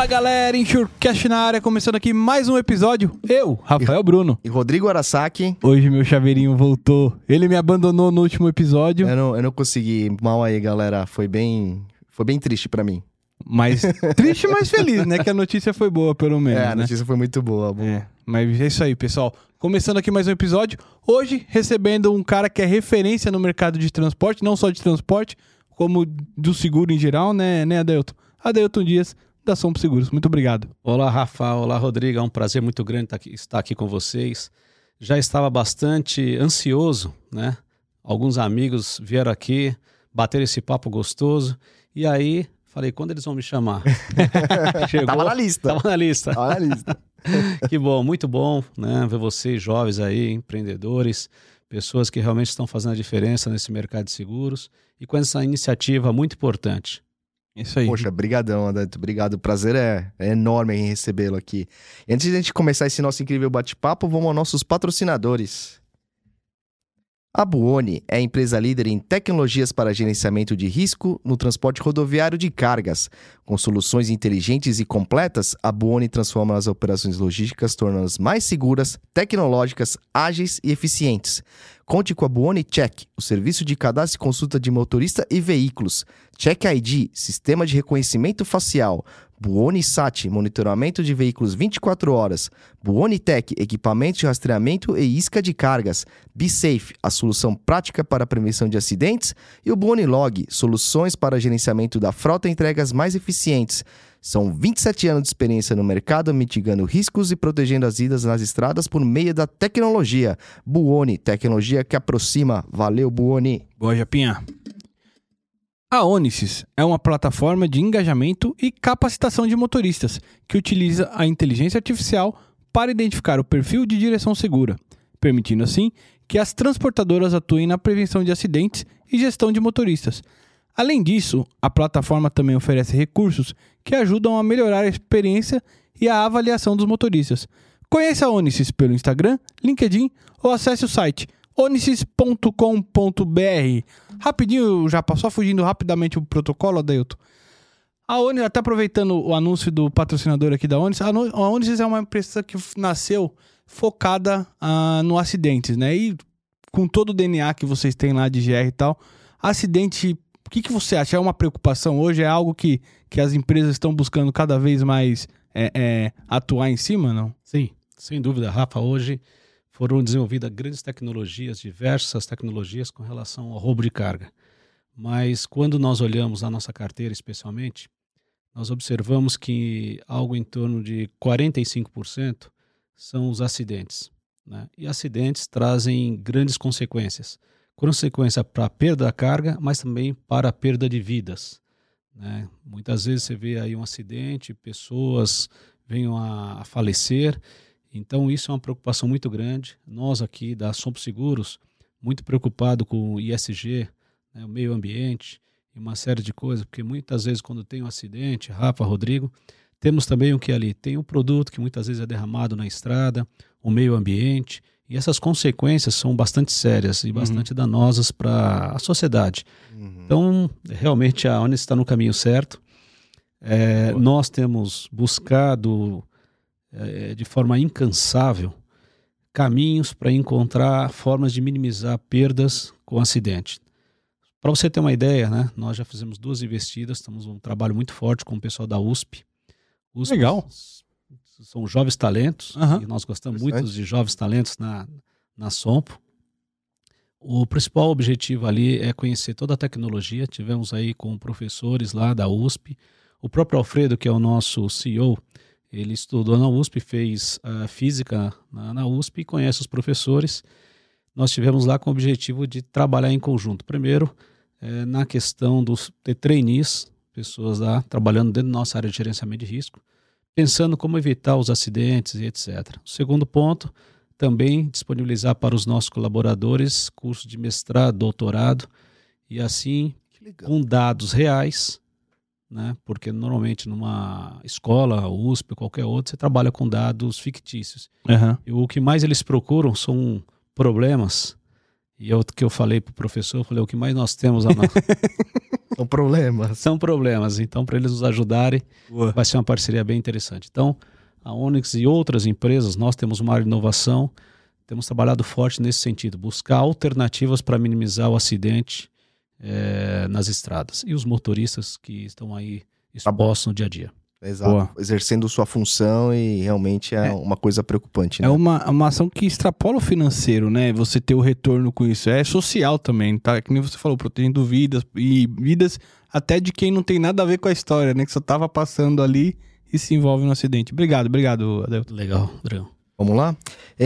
Fala galera, InsureCast na área, começando aqui mais um episódio. Eu, Rafael Bruno. E Rodrigo Arasaki. Hoje meu chaveirinho voltou. Ele me abandonou no último episódio. Eu não consegui. Mal aí, galera. Foi bem triste pra mim. Mas triste, mas feliz, né? Que a notícia foi boa, pelo menos. A notícia foi muito boa. Mas é isso aí, pessoal. Começando aqui mais um episódio. Hoje, recebendo um cara que é referência no mercado de transporte, não só de transporte, como do seguro em geral, né, Adeilton? Adeilton Dias, da Sompo Seguros. Muito obrigado. Olá, Rafa. Olá, Rodrigo. É um prazer muito grande estar aqui com vocês. Já estava bastante ansioso, né? Alguns amigos vieram aqui, bateram esse papo gostoso. E aí, falei, quando eles vão me chamar? Chegou, Tava na lista. Que bom, muito bom, né? Ver vocês jovens aí, empreendedores, pessoas que realmente estão fazendo a diferença nesse mercado de seguros e com essa iniciativa muito importante. Isso aí. Poxa, brigadão, Adeilton. Obrigado. O prazer é enorme em recebê-lo aqui. E antes de a gente começar esse nosso incrível bate-papo, vamos aos nossos patrocinadores. A Buoni é a empresa líder em tecnologias para gerenciamento de risco no transporte rodoviário de cargas. Com soluções inteligentes e completas, a Buoni transforma as operações logísticas, tornando-as mais seguras, tecnológicas, ágeis e eficientes. Conte com a Buoni Check, o serviço de cadastro e consulta de motorista e veículos. Check ID, sistema de reconhecimento facial. Buoni Sat, monitoramento de veículos 24 horas. Buoni Tech, equipamento de rastreamento e isca de cargas. BeSafe, a solução prática para a prevenção de acidentes. E o Buoni Log, soluções para gerenciamento da frota e entregas mais eficientes. São 27 anos de experiência no mercado, mitigando riscos e protegendo as vidas nas estradas por meio da tecnologia. Buoni, tecnologia que aproxima. Valeu, Buoni. Boa, Japinha. A Onisis é uma plataforma de engajamento e capacitação de motoristas que utiliza a inteligência artificial para identificar o perfil de direção segura, permitindo assim que as transportadoras atuem na prevenção de acidentes e gestão de motoristas. Além disso, a plataforma também oferece recursos que ajudam a melhorar a experiência e a avaliação dos motoristas. Conheça a Onisis pelo Instagram, LinkedIn ou acesse o site onisis.com.br. Rapidinho, já passou fugindo rapidamente o protocolo, Adeilton. A Onisis, até aproveitando o anúncio do patrocinador aqui da Onisis, a Onisis é uma empresa que nasceu focada no acidentes, né? E com todo o DNA que vocês têm lá de GR e tal, acidente, o que você acha? É uma preocupação hoje? É algo que as empresas estão buscando cada vez mais atuar em cima, não? Sim, sem dúvida, Rafa. Hoje foram desenvolvidas grandes tecnologias, diversas tecnologias com relação ao roubo de carga. Mas quando nós olhamos a nossa carteira especialmente, nós observamos que algo em torno de 45% são os acidentes, né? E acidentes trazem grandes consequências. Consequência para a perda da carga, mas também para a perda de vidas, né? Muitas vezes você vê aí um acidente, pessoas venham a falecer. Então isso é uma preocupação muito grande. Nós aqui da Sompo Seguros, muito preocupado com o ISG, né, o meio ambiente e uma série de coisas, porque muitas vezes quando tem um acidente, Rafa, Rodrigo, temos também o que ali? Tem um produto que muitas vezes é derramado na estrada, o meio ambiente, e essas consequências são bastante sérias e bastante danosas para a sociedade. Então, realmente a Onisis está no caminho certo. Nós temos buscado de forma incansável caminhos para encontrar formas de minimizar perdas com acidente. Para você ter uma ideia, né, nós já fizemos 2 investidas, estamos um trabalho muito forte com o pessoal da USP. Legal. São jovens talentos, e nós gostamos muito de jovens talentos na Sompo. O principal objetivo ali é conhecer toda a tecnologia. Tivemos aí com professores lá da USP. O próprio Alfredo, que é o nosso CEO, ele estudou na USP, fez física na USP e conhece os professores. Nós tivemos lá com o objetivo de trabalhar em conjunto. Primeiro, na questão dos trainees, pessoas lá trabalhando dentro da nossa área de gerenciamento de risco, pensando como evitar os acidentes e etc. O segundo ponto, também disponibilizar para os nossos colaboradores cursos de mestrado, doutorado, e assim, com dados reais, né? Porque normalmente numa escola, USP, qualquer outra, você trabalha com dados fictícios. E o que mais eles procuram são problemas E o que eu falei para o professor, eu falei, o que mais nós temos São problemas. são problemas. Então, para eles nos ajudarem, vai ser uma parceria bem interessante. Então, a Onyx e outras empresas, nós temos uma área de inovação, temos trabalhado forte nesse sentido, buscar alternativas para minimizar o acidente nas estradas. E os motoristas que estão aí expostos no dia a dia. Exato. Boa. Exercendo sua função e realmente é uma coisa preocupante, né? É uma ação que extrapola o financeiro, né? Você ter o retorno com isso. É social também, tá? Que nem você falou, protegendo vidas e vidas até de quem não tem nada a ver com a história, né? Que só tava passando ali e se envolve no acidente. Obrigado, Adelton. Legal, Adriano. Vamos lá?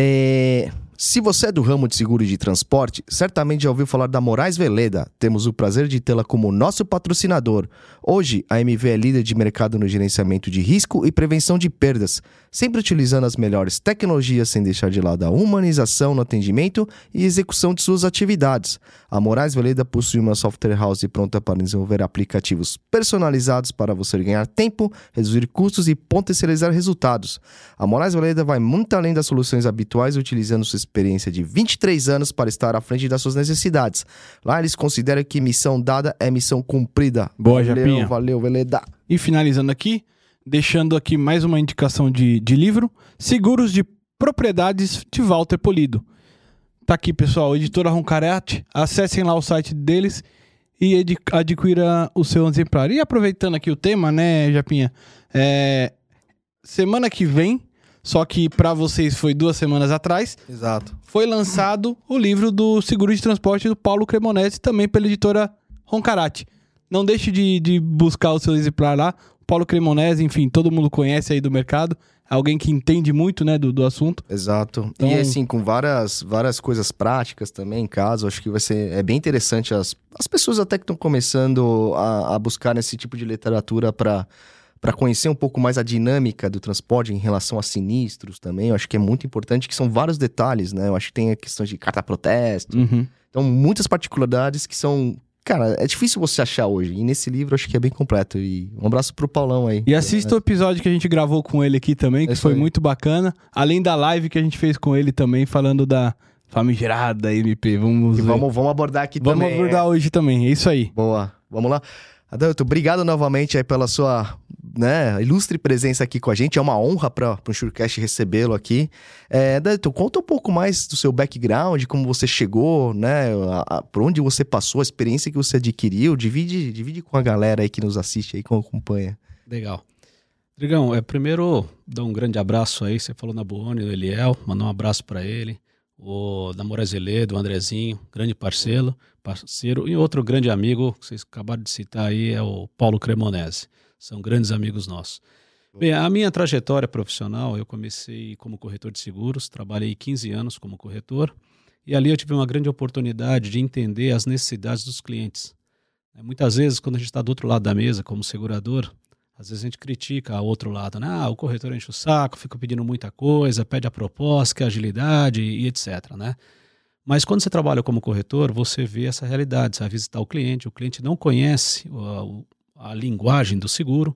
Se você é do ramo de seguro e de transporte, certamente já ouviu falar da Moraes Veleda. Temos o prazer de tê-la como nosso patrocinador. Hoje, a MV é líder de mercado no gerenciamento de risco e prevenção de perdas, sempre utilizando as melhores tecnologias sem deixar de lado a humanização no atendimento e execução de suas atividades. A Moraes Veleda possui uma software house pronta para desenvolver aplicativos personalizados para você ganhar tempo, reduzir custos e potencializar resultados. A Moraes Veleda vai muito além das soluções habituais, utilizando sua experiência de 23 anos para estar à frente das suas necessidades. Lá eles consideram que missão dada é missão cumprida. Boa, Japinha. Valeu, Veleda. E finalizando aqui, deixando aqui mais uma indicação de livro, Seguros de Propriedades, de Walter Polido. Tá aqui, pessoal, editora Roncarate. Acessem lá o site deles e adquira o seu exemplar. E aproveitando aqui o tema, né, Japinha? Semana que vem, só que para vocês foi 2 semanas atrás, Exato. foi lançado o livro do Seguro de Transporte do Paulo Cremonese, também pela editora Roncarate. Não deixe de buscar o seu exemplar lá. Paulo Cremonese, enfim, todo mundo conhece aí do mercado. Alguém que entende muito, né, do assunto. Exato. Então... E assim, com várias coisas práticas também em casa, acho que vai ser bem interessante. As pessoas até que estão começando a buscar esse tipo de literatura para conhecer um pouco mais a dinâmica do transporte em relação a sinistros também. Eu acho que é muito importante, que são vários detalhes, né? Eu acho que tem a questão de carta-protesto. Uhum. Então, muitas particularidades que são... Cara, é difícil você achar hoje. E nesse livro, acho que é bem completo. E um abraço pro Paulão aí. E assista o episódio que a gente gravou com ele aqui também, que foi muito bacana. Além da live que a gente fez com ele também, falando da famigerada MP. Vamos abordar aqui também. Vamos abordar hoje também, é isso aí. Boa, vamos lá. Adelton, obrigado novamente aí pela sua ilustre presença aqui com a gente. É uma honra para o Insurecast recebê-lo aqui. Adelton, conta um pouco mais do seu background, como você chegou, né? Por onde você passou, a experiência que você adquiriu. Divide com a galera aí que nos assiste aí, que acompanha. Legal. Drigão, primeiro dar um grande abraço aí. Você falou na Buoni, do Eliel, mandar um abraço para ele. O da Moraes Veleda, do Andrezinho, grande parceiro. E outro grande amigo, que vocês acabaram de citar aí, é o Paulo Cremonese. São grandes amigos nossos. Bem, a minha trajetória profissional, eu comecei como corretor de seguros, trabalhei 15 anos como corretor, e ali eu tive uma grande oportunidade de entender as necessidades dos clientes. Muitas vezes, quando a gente está do outro lado da mesa, como segurador, às vezes a gente critica o outro lado, né? O corretor enche o saco, fica pedindo muita coisa, pede a proposta, quer agilidade e etc, né? Mas quando você trabalha como corretor, você vê essa realidade, você vai visitar o cliente não conhece a linguagem do seguro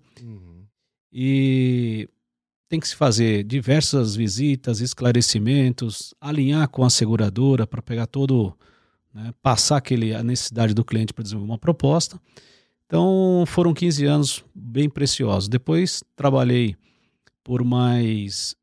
e tem que se fazer diversas visitas, esclarecimentos, alinhar com a seguradora para pegar todo, né, passar a necessidade do cliente para desenvolver uma proposta. Então foram 15 anos bem preciosos. Depois trabalhei por mais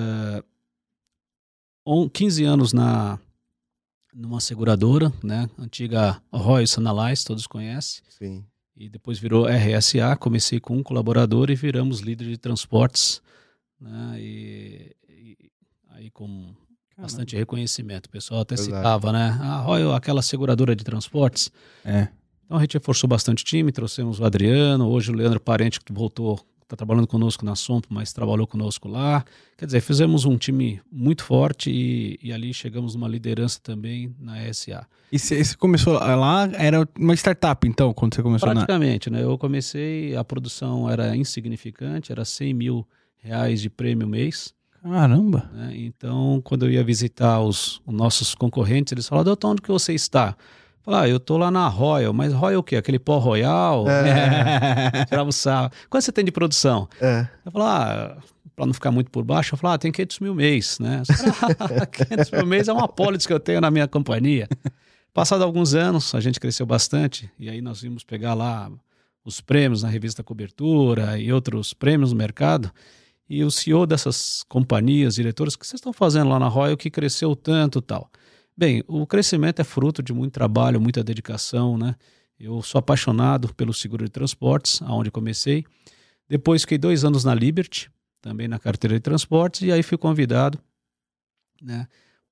15 anos numa seguradora, né? Antiga Royal Sunlight, todos conhecem. Sim. E depois virou RSA, comecei com um colaborador e viramos líder de transportes, né? E aí com bastante reconhecimento. O pessoal até citava, né? A Royal, aquela seguradora de transportes. Então a gente reforçou bastante o time, trouxemos o Adriano, hoje o Leandro Parente, que voltou, está trabalhando conosco na Sompo, mas trabalhou conosco lá. Quer dizer, fizemos um time muito forte e ali chegamos numa liderança também na SA. E você começou lá, era uma startup então, quando você começou? Praticamente, né? Eu comecei, a produção era insignificante, era R$100 mil de prêmio mês. Caramba! Né? Então, quando eu ia visitar os nossos concorrentes, eles falavam, Adelton, onde que você está? Falar, eu tô lá na Royal, mas Royal o quê? Aquele pó Royal? Tirava o sarro. Quanto você tem de produção? Eu falava, para não ficar muito por baixo, eu falava, tem 500 mil mês, né? 500 mil mês é uma apólice que eu tenho na minha companhia. Passado alguns anos, a gente cresceu bastante e aí nós vimos pegar lá os prêmios na revista Cobertura e outros prêmios no mercado. E o CEO dessas companhias, diretores, o que vocês estão fazendo lá na Royal que cresceu tanto e tal? Bem, o crescimento é fruto de muito trabalho, muita dedicação, né? Eu sou apaixonado pelo seguro de transportes, aonde comecei. Depois fiquei 2 anos na Liberty, também na carteira de transportes, e aí fui convidado, né,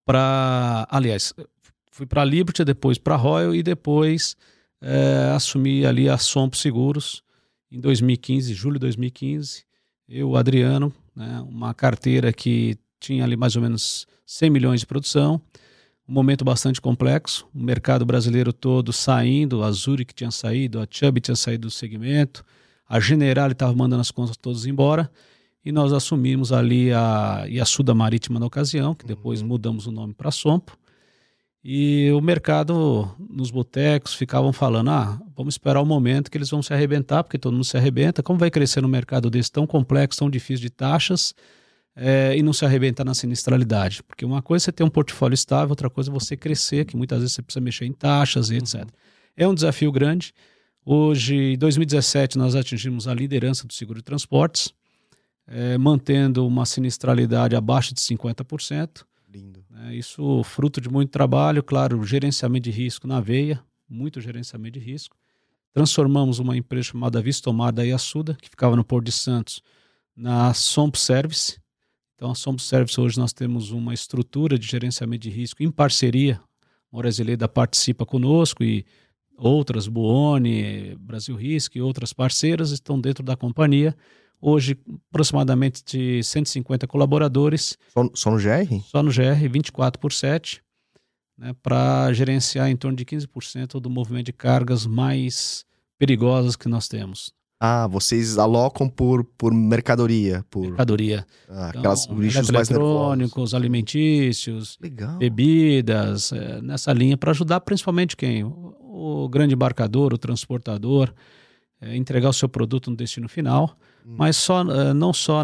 fui para a Liberty, depois para a Royal e depois assumi ali a Sompo Seguros em 2015, julho de 2015. Eu, o Adriano, né, uma carteira que tinha ali mais ou menos 100 milhões de produção, um momento bastante complexo, o mercado brasileiro todo saindo, a Zurich tinha saído, a Chubb tinha saído do segmento, a Generali estava mandando as contas todas embora, e nós assumimos ali a Suda Marítima na ocasião, que depois mudamos o nome para Sompo, e o mercado, nos botecos, ficavam falando, vamos esperar o momento que eles vão se arrebentar, porque todo mundo se arrebenta, como vai crescer no mercado desse tão complexo, tão difícil de taxas, e não se arrebentar na sinistralidade? Porque uma coisa é você ter um portfólio estável, outra coisa é você crescer, que muitas vezes você precisa mexer em taxas e etc. É um desafio grande. Hoje, em 2017, nós atingimos a liderança do seguro de transportes, mantendo uma sinistralidade abaixo de 50%. Lindo. Isso fruto de muito trabalho, claro, gerenciamento de risco na veia, muito gerenciamento de risco. Transformamos uma empresa chamada Vistomar da Iassuda, que ficava no Porto de Santos, na Sompo Service. Então, a Sompo Service, hoje nós temos uma estrutura de gerenciamento de risco em parceria. A Moraes Leda participa conosco e outras, Buoni, Brasil Risk e outras parceiras estão dentro da companhia. Hoje, aproximadamente de 150 colaboradores. Só no GR? Só no GR, 24/7, né, para gerenciar em torno de 15% do movimento de cargas mais perigosas que nós temos. Vocês alocam por mercadoria? Mercadoria. Aquelas lixos mais eletrônicos, alimentícios, legal, bebidas, nessa linha, para ajudar principalmente quem? O grande embarcador, o transportador, entregar o seu produto no destino final. Mas não só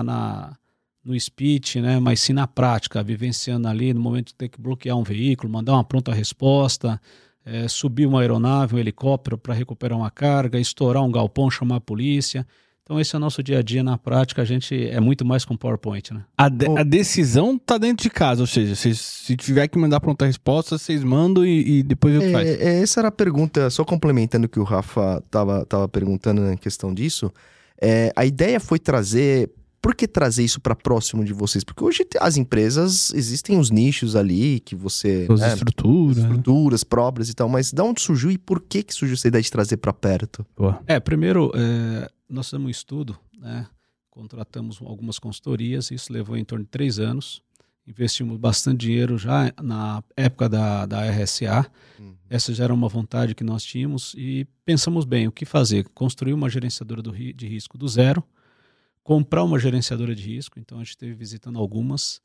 no speech, né, mas sim na prática, vivenciando ali no momento de ter que bloquear um veículo, mandar uma pronta resposta, subir uma aeronave, um helicóptero para recuperar uma carga, estourar um galpão, chamar a polícia. Então esse é o nosso dia a dia na prática, a gente é muito mais com PowerPoint, né? A decisão tá dentro de casa, ou seja, se tiver que mandar pronta resposta, vocês mandam e depois o que faz? Essa era a pergunta, só complementando o que o Rafa tava perguntando na questão disso. A ideia foi trazer... Por que trazer isso para próximo de vocês? Porque hoje as empresas, existem os nichos ali que você... As estruturas próprias e tal, mas de onde surgiu e por que surgiu essa ideia de trazer para perto? Primeiro, nós fizemos um estudo, né? Contratamos algumas consultorias, isso levou em torno de 3 anos. Investimos bastante dinheiro já na época da RSA. Essa já era uma vontade que nós tínhamos e pensamos bem o que fazer. Construir uma gerenciadora de risco do zero, comprar uma gerenciadora de risco, então a gente esteve visitando algumas,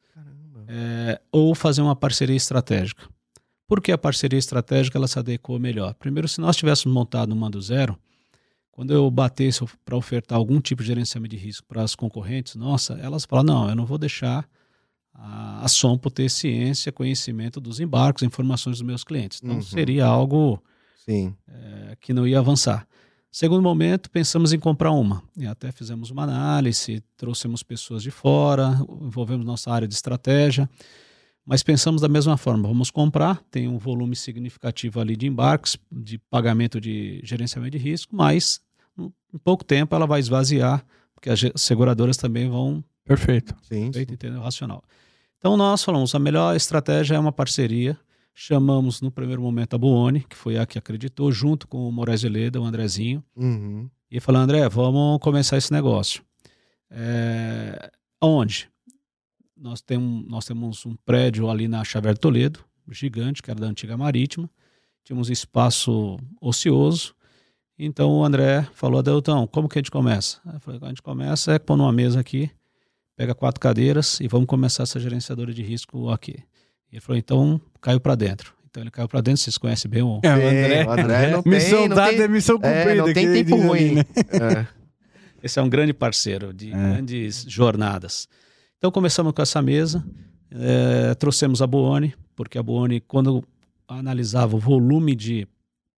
ou fazer uma parceria estratégica. Por que a parceria estratégica ela se adequou melhor? Primeiro, se nós tivéssemos montado uma do zero, quando eu batesse para ofertar algum tipo de gerenciamento de risco para as concorrentes, elas falam, não, eu não vou deixar a Sompo ter ciência, conhecimento dos embarques, informações dos meus clientes. Então seria algo que não ia avançar. Segundo momento, pensamos em comprar uma. E até fizemos uma análise, trouxemos pessoas de fora, envolvemos nossa área de estratégia, mas pensamos da mesma forma, vamos comprar, tem um volume significativo ali de embarques, de pagamento de gerenciamento de risco, mas em pouco tempo ela vai esvaziar, porque as seguradoras também vão... Perfeito. Entendeu? Racional. Então nós falamos, a melhor estratégia é uma parceria. Chamamos no primeiro momento a Buoni, que foi a que acreditou, junto com o Moraes Leda, o Andrezinho. E falou, André, vamos começar esse negócio. Onde? Nós temos um prédio ali na Xavier Toledo, gigante, que era da antiga Marítima. Tínhamos espaço ocioso. Então o André falou, Adelton, como que a gente começa? Eu falei, a gente começa pôr numa mesa aqui, pega 4 cadeiras e vamos começar essa gerenciadora de risco aqui. Ele falou, então caiu para dentro. Então ele caiu para dentro, vocês conhecem bem o André. Não missão dada é missão cumprida. Não tem tempo ruim. Né? Esse é um grande parceiro de grandes jornadas. Então começamos com essa mesa, trouxemos a Buoni, porque a Buoni, quando analisava o volume de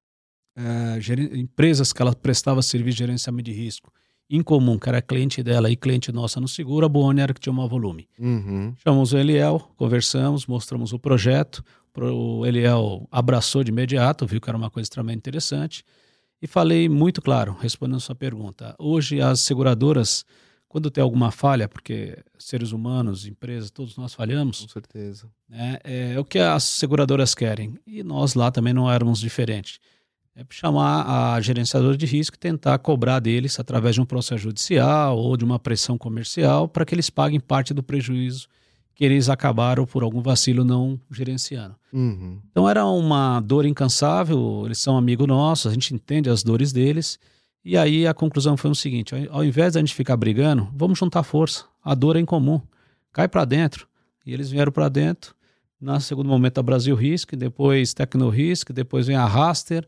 empresas que ela prestava serviço de gerenciamento de risco em comum, que era cliente dela e cliente nossa no seguro, a Buoni era que tinha o maior volume. Chamamos o Eliel, conversamos, mostramos o projeto, o Eliel abraçou de imediato, viu que era uma coisa extremamente interessante e falei muito claro, respondendo a sua pergunta. Hoje as seguradoras, quando tem alguma falha, porque seres humanos, empresas, todos nós falhamos. Com certeza. Né, é o que as seguradoras querem. E nós lá também não éramos diferentes. É chamar a gerenciadora de risco e tentar cobrar deles através de um processo judicial ou de uma pressão comercial para que eles paguem parte do prejuízo que eles acabaram por algum vacilo não gerenciando. Então era uma dor incansável, eles são amigos nossos, a gente entende as dores deles. E aí a conclusão foi o seguinte, ao invés de a gente ficar brigando, vamos juntar força, a dor é em comum, cai para dentro. E eles vieram para dentro, no segundo momento a Brasil Risk, depois Tecno Risk, depois vem a Raster,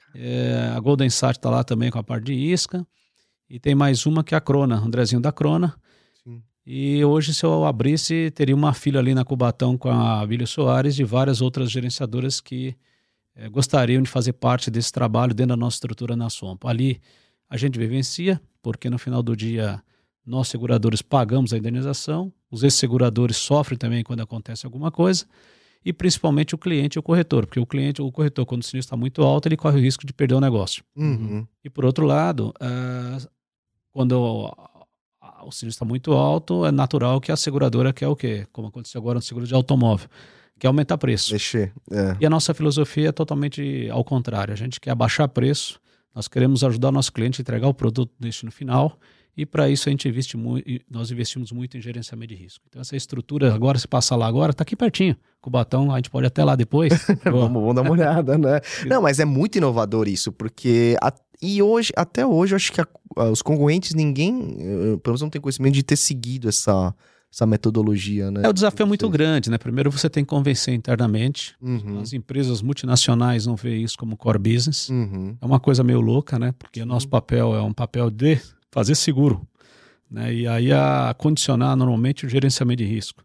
a Golden Sat está lá também com a parte de isca, e tem mais uma que é a Crona, Andrezinho da Crona. Sim. E hoje, se eu abrisse, teria uma fila ali na Cubatão com a Abílio Soares e várias outras gerenciadoras que gostariam de fazer parte desse trabalho dentro da nossa estrutura na Sompo. Ali a gente vivencia, porque no final do dia nós seguradores pagamos a indenização, os ex-seguradores sofrem também quando acontece alguma coisa, e principalmente o cliente e o corretor, porque o corretor, quando o sinistro está muito alto, ele corre o risco de perder o negócio. E por outro lado, quando o sinistro está muito alto, é natural que a seguradora quer o quê? Como aconteceu agora no seguro de automóvel, que é aumentar preço. E a nossa filosofia é totalmente ao contrário. A gente quer abaixar preço, nós queremos ajudar o nosso cliente a entregar o produto do destino final e para isso a gente nós investimos muito em gerenciamento de risco. Então essa estrutura, agora se passar lá agora, está aqui pertinho. Cubatão, a gente pode ir até lá depois. vamos dar uma olhada, né? Não, mas é muito inovador isso, porque até hoje eu acho que os concorrentes, ninguém, pelo menos não tem conhecimento de ter seguido essa metodologia, né? O desafio é muito grande, né? Primeiro você tem que convencer internamente. As empresas multinacionais não veem isso como core business. É uma coisa meio louca, né? Porque o nosso papel é um papel de fazer seguro, né? E aí a condicionar normalmente o gerenciamento de risco.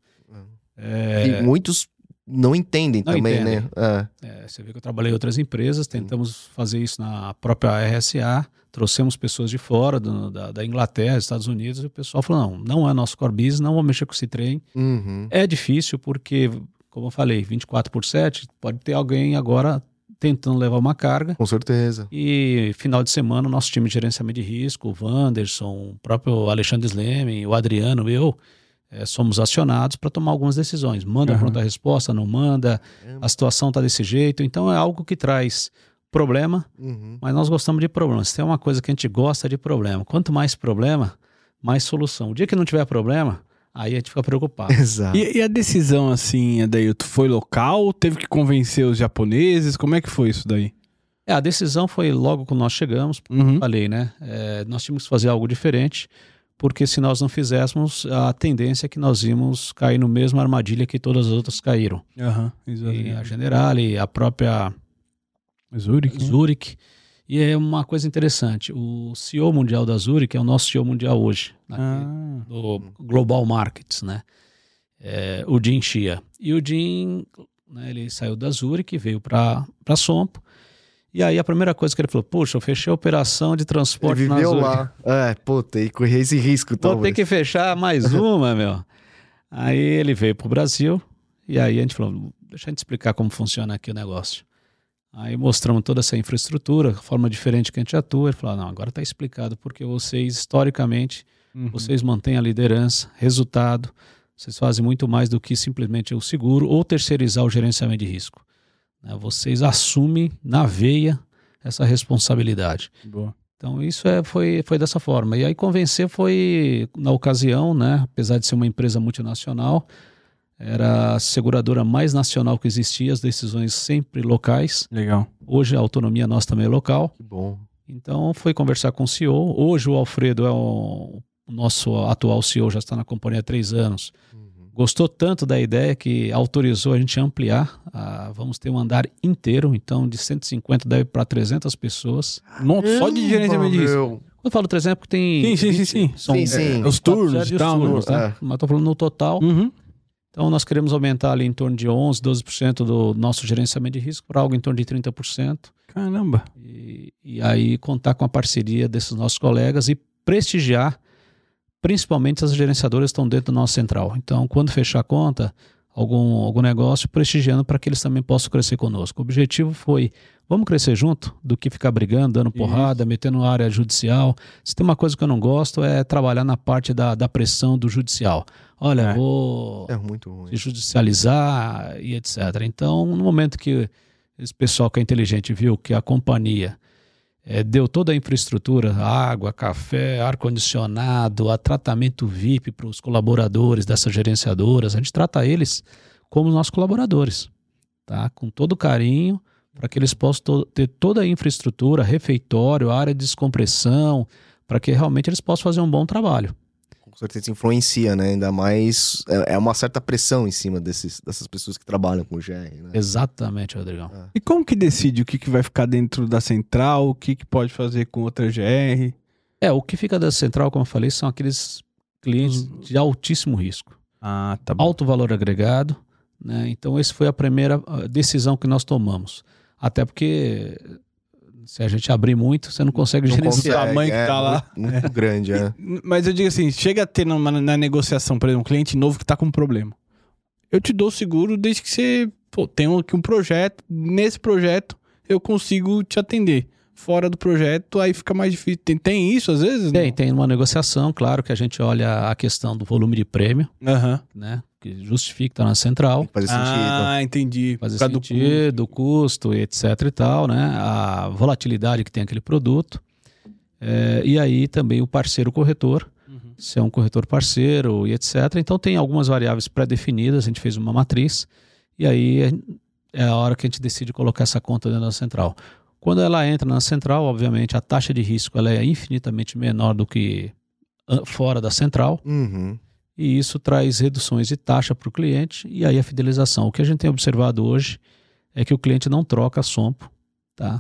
E muitos não entendem também, né? Você vê que eu trabalhei em outras empresas, tentamos fazer isso na própria RSA, trouxemos pessoas de fora, da Inglaterra, Estados Unidos, e o pessoal falou, não é nosso core business, não vamos mexer com esse trem. É difícil porque, como eu falei, 24/7, pode ter alguém agora tentando levar uma carga. Com certeza. E final de semana, o nosso time de gerenciamento de risco, o Wanderson, o próprio Alexandre Slemen, o Adriano, eu, somos acionados para tomar algumas decisões. Manda a pronta resposta, não manda, a situação está desse jeito. Então é algo que traz problema, mas nós gostamos de problemas. Se tem uma coisa que a gente gosta de problema. Quanto mais problema, mais solução. O dia que não tiver problema, aí a gente fica preocupado. Exato. E a decisão, assim, Adailton, foi local? Teve que convencer os japoneses? Como é que foi isso daí? A decisão foi logo quando nós chegamos. Falei, né? Nós tínhamos que fazer algo diferente, porque se nós não fizéssemos, a tendência é que nós íamos cair no mesmo armadilha que todas as outras caíram. Exatamente. E a Generali, a própria Zurich. E é uma coisa interessante, o CEO mundial da Zurich é o nosso CEO mundial hoje, do Global Markets, né? O Jim Xia. E o Jim, né, ele saiu da Zurich e veio para Sompo. E aí a primeira coisa que ele falou, puxa, eu fechei a operação de transporte na Zurich. Lá. E correr esse risco. Vou ter que fechar mais uma, meu. Aí ele veio pro Brasil e aí a gente falou, deixa a gente explicar como funciona aqui o negócio. Aí mostramos toda essa infraestrutura, forma diferente que a gente atua. Ele falou, não, agora está explicado, porque vocês, historicamente, vocês mantêm a liderança, resultado, vocês fazem muito mais do que simplesmente o seguro ou terceirizar o gerenciamento de risco. Vocês assumem na veia essa responsabilidade. Boa. Então isso foi dessa forma. E aí convencer foi, na ocasião, né, apesar de ser uma empresa multinacional, era a seguradora mais nacional que existia, as decisões sempre locais. Legal. Hoje a autonomia nossa também é local. Que bom. Então foi conversar com o CEO. Hoje o Alfredo é o nosso atual CEO, já está na companhia há 3 anos. Gostou tanto da ideia que autorizou a gente ampliar. Vamos ter um andar inteiro, então de 150 deve para 300 pessoas. Só de gerenciamento de risco. Quando eu falo 300 porque tem... Sim. Sim. Os turnos e tal. Turnos, né? Mas estou falando no total. Então, nós queremos aumentar ali em torno de 11%, 12% do nosso gerenciamento de risco para algo em torno de 30%. Caramba! E aí contar com a parceria desses nossos colegas e prestigiar, principalmente as gerenciadoras que estão dentro da nossa central. Então, quando fechar a conta, algum negócio, prestigiando para que eles também possam crescer conosco. O objetivo foi, vamos crescer junto, do que ficar brigando, dando porrada, metendo na área judicial. Se tem uma coisa que eu não gosto, é trabalhar na parte da pressão do judicial. Olha, vou muito ruim. judicializar e etc. Então, no momento que esse pessoal que é inteligente viu que a companhia deu toda a infraestrutura, água, café, ar-condicionado, a tratamento VIP para os colaboradores dessas gerenciadoras, a gente trata eles como nossos colaboradores, tá? Com todo carinho, para que eles possam ter toda a infraestrutura, refeitório, área de descompressão, para que realmente eles possam fazer um bom trabalho. Com certeza influencia, né? Ainda mais, é uma certa pressão em cima dessas pessoas que trabalham com o GR, né? Exatamente, Rodrigão. E como que decide o que vai ficar dentro da central, o que pode fazer com outra GR? O que fica da central, como eu falei, são aqueles clientes de altíssimo risco. Ah, tá bom. Alto valor agregado, né? Então, essa foi a primeira decisão que nós tomamos. Até porque, se a gente abrir muito, você não consegue gerenciar. O tamanho que tá lá. Muito grande, Mas eu digo assim, chega a ter na negociação, por exemplo, um cliente novo que tá com um problema. Eu te dou seguro desde que você tem aqui um projeto, nesse projeto eu consigo te atender. Fora do projeto, aí fica mais difícil. Tem isso às vezes? Tem uma negociação, claro que a gente olha a questão do volume de prêmio, né? Que justifica estar na central. Fazer sentido. Ah, entendi. Fazer sentido, o custo, etc e tal, né? A volatilidade que tem aquele produto. E aí também o parceiro corretor, se é um corretor parceiro e etc. Então tem algumas variáveis pré-definidas, a gente fez uma matriz e aí é a hora que a gente decide colocar essa conta dentro da central. Quando ela entra na central, obviamente a taxa de risco ela é infinitamente menor do que fora da central. E isso traz reduções de taxa para o cliente e aí a fidelização. O que a gente tem observado hoje é que o cliente não troca Sompo, tá?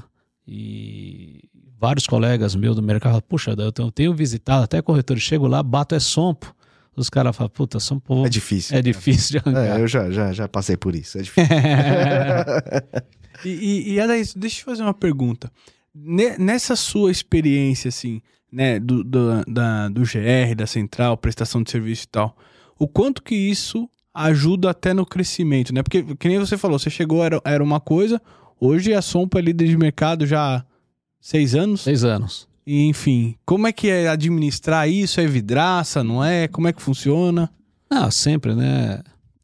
E vários colegas meus do mercado falam, puxa, eu tenho visitado até corretores, chego lá, bato Sompo. Os caras falam, puta, Sompo é difícil. É difícil de arrancar. Eu já passei por isso, é difícil. E Adair, deixa eu fazer uma pergunta. Nessa sua experiência, assim, né, do GR, da central, prestação de serviço e tal, o quanto que isso ajuda até no crescimento, né? Porque, que nem você falou, você chegou, era uma coisa, hoje a Sompo é líder de mercado já há 6 anos? 6 anos. E, enfim, como é que é administrar isso? É vidraça, não é? Como é que funciona? Sempre, né?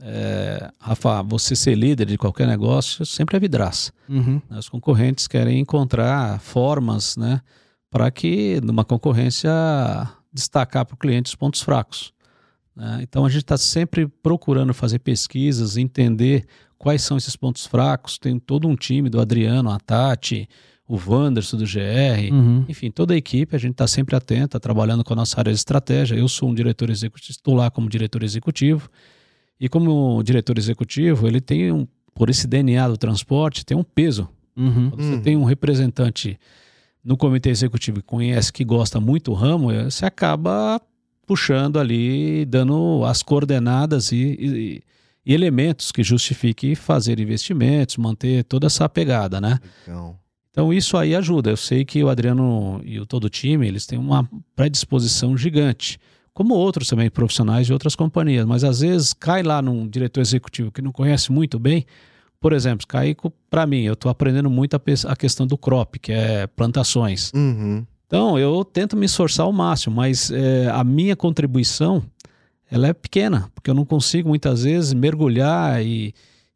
Rafa, você ser líder de qualquer negócio sempre é vidraça. Os concorrentes querem encontrar formas, né, para que numa concorrência destacar para o cliente os pontos fracos, né? Então a gente está sempre procurando fazer pesquisas, entender quais são esses pontos fracos. Tem todo um time do Adriano, a Tati, o Wanderson do GR, enfim, toda a equipe, a gente está sempre atento, trabalhando com a nossa área de estratégia. Eu sou um diretor executivo, estou lá como diretor executivo. E como diretor executivo, ele tem, por esse DNA do transporte, tem um peso. Quando você tem um representante no comitê executivo que conhece, que gosta muito do ramo, você acaba puxando ali, dando as coordenadas e elementos que justifiquem fazer investimentos, manter toda essa pegada, né? Então isso aí ajuda. Eu sei que o Adriano e todo o time, eles têm uma predisposição gigante. Como outros também profissionais de outras companhias, mas às vezes cai lá num diretor executivo que não conhece muito bem. Por exemplo, cai para mim, eu estou aprendendo muito a questão do crop, que é plantações. Então eu tento me esforçar ao máximo, mas a minha contribuição ela é pequena, porque eu não consigo muitas vezes mergulhar e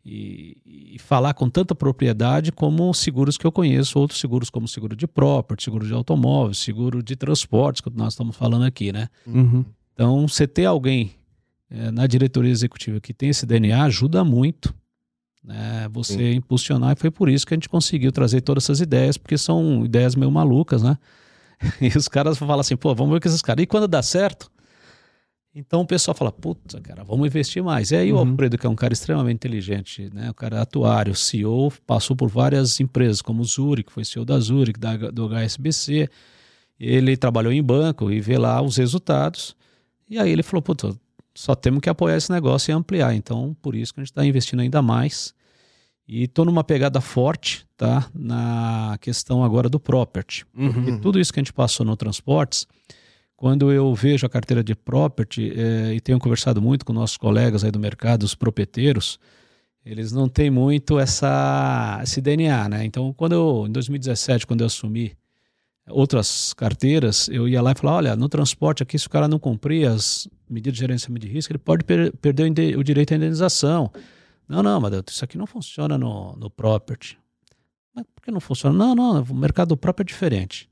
falar com tanta propriedade como seguros que eu conheço, outros seguros como seguro de property, seguro de automóvel, seguro de transportes, que nós estamos falando aqui, né? Então, você ter alguém na diretoria executiva que tem esse DNA ajuda muito, né? Você impulsionar, e foi por isso que a gente conseguiu trazer todas essas ideias, porque são ideias meio malucas, né? E os caras falam assim, pô, vamos ver com esses caras. E quando dá certo, então o pessoal fala, puta, cara, vamos investir mais. E aí o Alfredo, que é um cara extremamente inteligente, né? O cara é atuário, CEO, passou por várias empresas, como o Zurich, foi CEO da Zurich, do HSBC. Ele trabalhou em banco e vê lá os resultados. E aí ele falou, puta, só temos que apoiar esse negócio e ampliar. Então, por isso que a gente está investindo ainda mais. E estou numa pegada forte, tá? Na questão agora do property. Porque tudo isso que a gente passou no transportes, quando eu vejo a carteira de property, e tenho conversado muito com nossos colegas aí do mercado, os propeteiros, eles não têm muito esse DNA, né? Então, em 2017, quando eu assumi outras carteiras, eu ia lá e falava, olha, no transporte aqui, se o cara não cumprir as medidas de gerenciamento de risco, ele pode perder o direito à indenização. Não, mas isso aqui não funciona no property. Mas por que não funciona? Não, o mercado do property é diferente.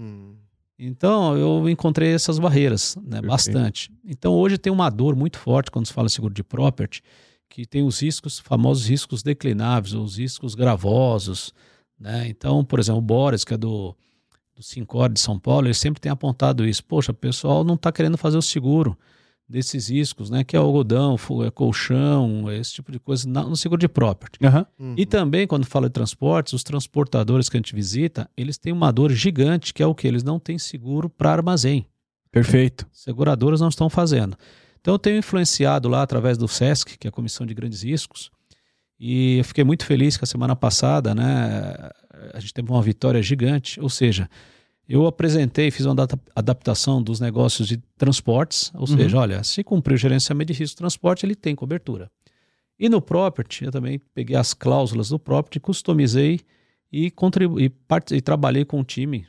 Então, eu encontrei essas barreiras, né, bastante. Então, hoje tem uma dor muito forte quando se fala seguro de property, que tem os riscos, famosos riscos declináveis, os riscos gravosos, né? Então, por exemplo, o Boris, que é do Sincor de São Paulo, ele sempre tem apontado isso. Poxa, o pessoal não está querendo fazer o seguro desses riscos, né? Que é algodão, colchão, esse tipo de coisa no seguro de property. E também, quando fala de transportes, os transportadores que a gente visita, eles têm uma dor gigante, que é o que? Eles não têm seguro para armazém. Perfeito. Seguradoras não estão fazendo. Então, eu tenho influenciado lá através do SESC, que é a Comissão de Grandes Riscos, e eu fiquei muito feliz que a semana passada, né, a gente teve uma vitória gigante, ou seja, eu apresentei, fiz uma adaptação dos negócios de transportes, ou seja, olha, se cumprir o gerenciamento de risco de transporte, ele tem cobertura. E no property, eu também peguei as cláusulas do property, customizei e trabalhei com o time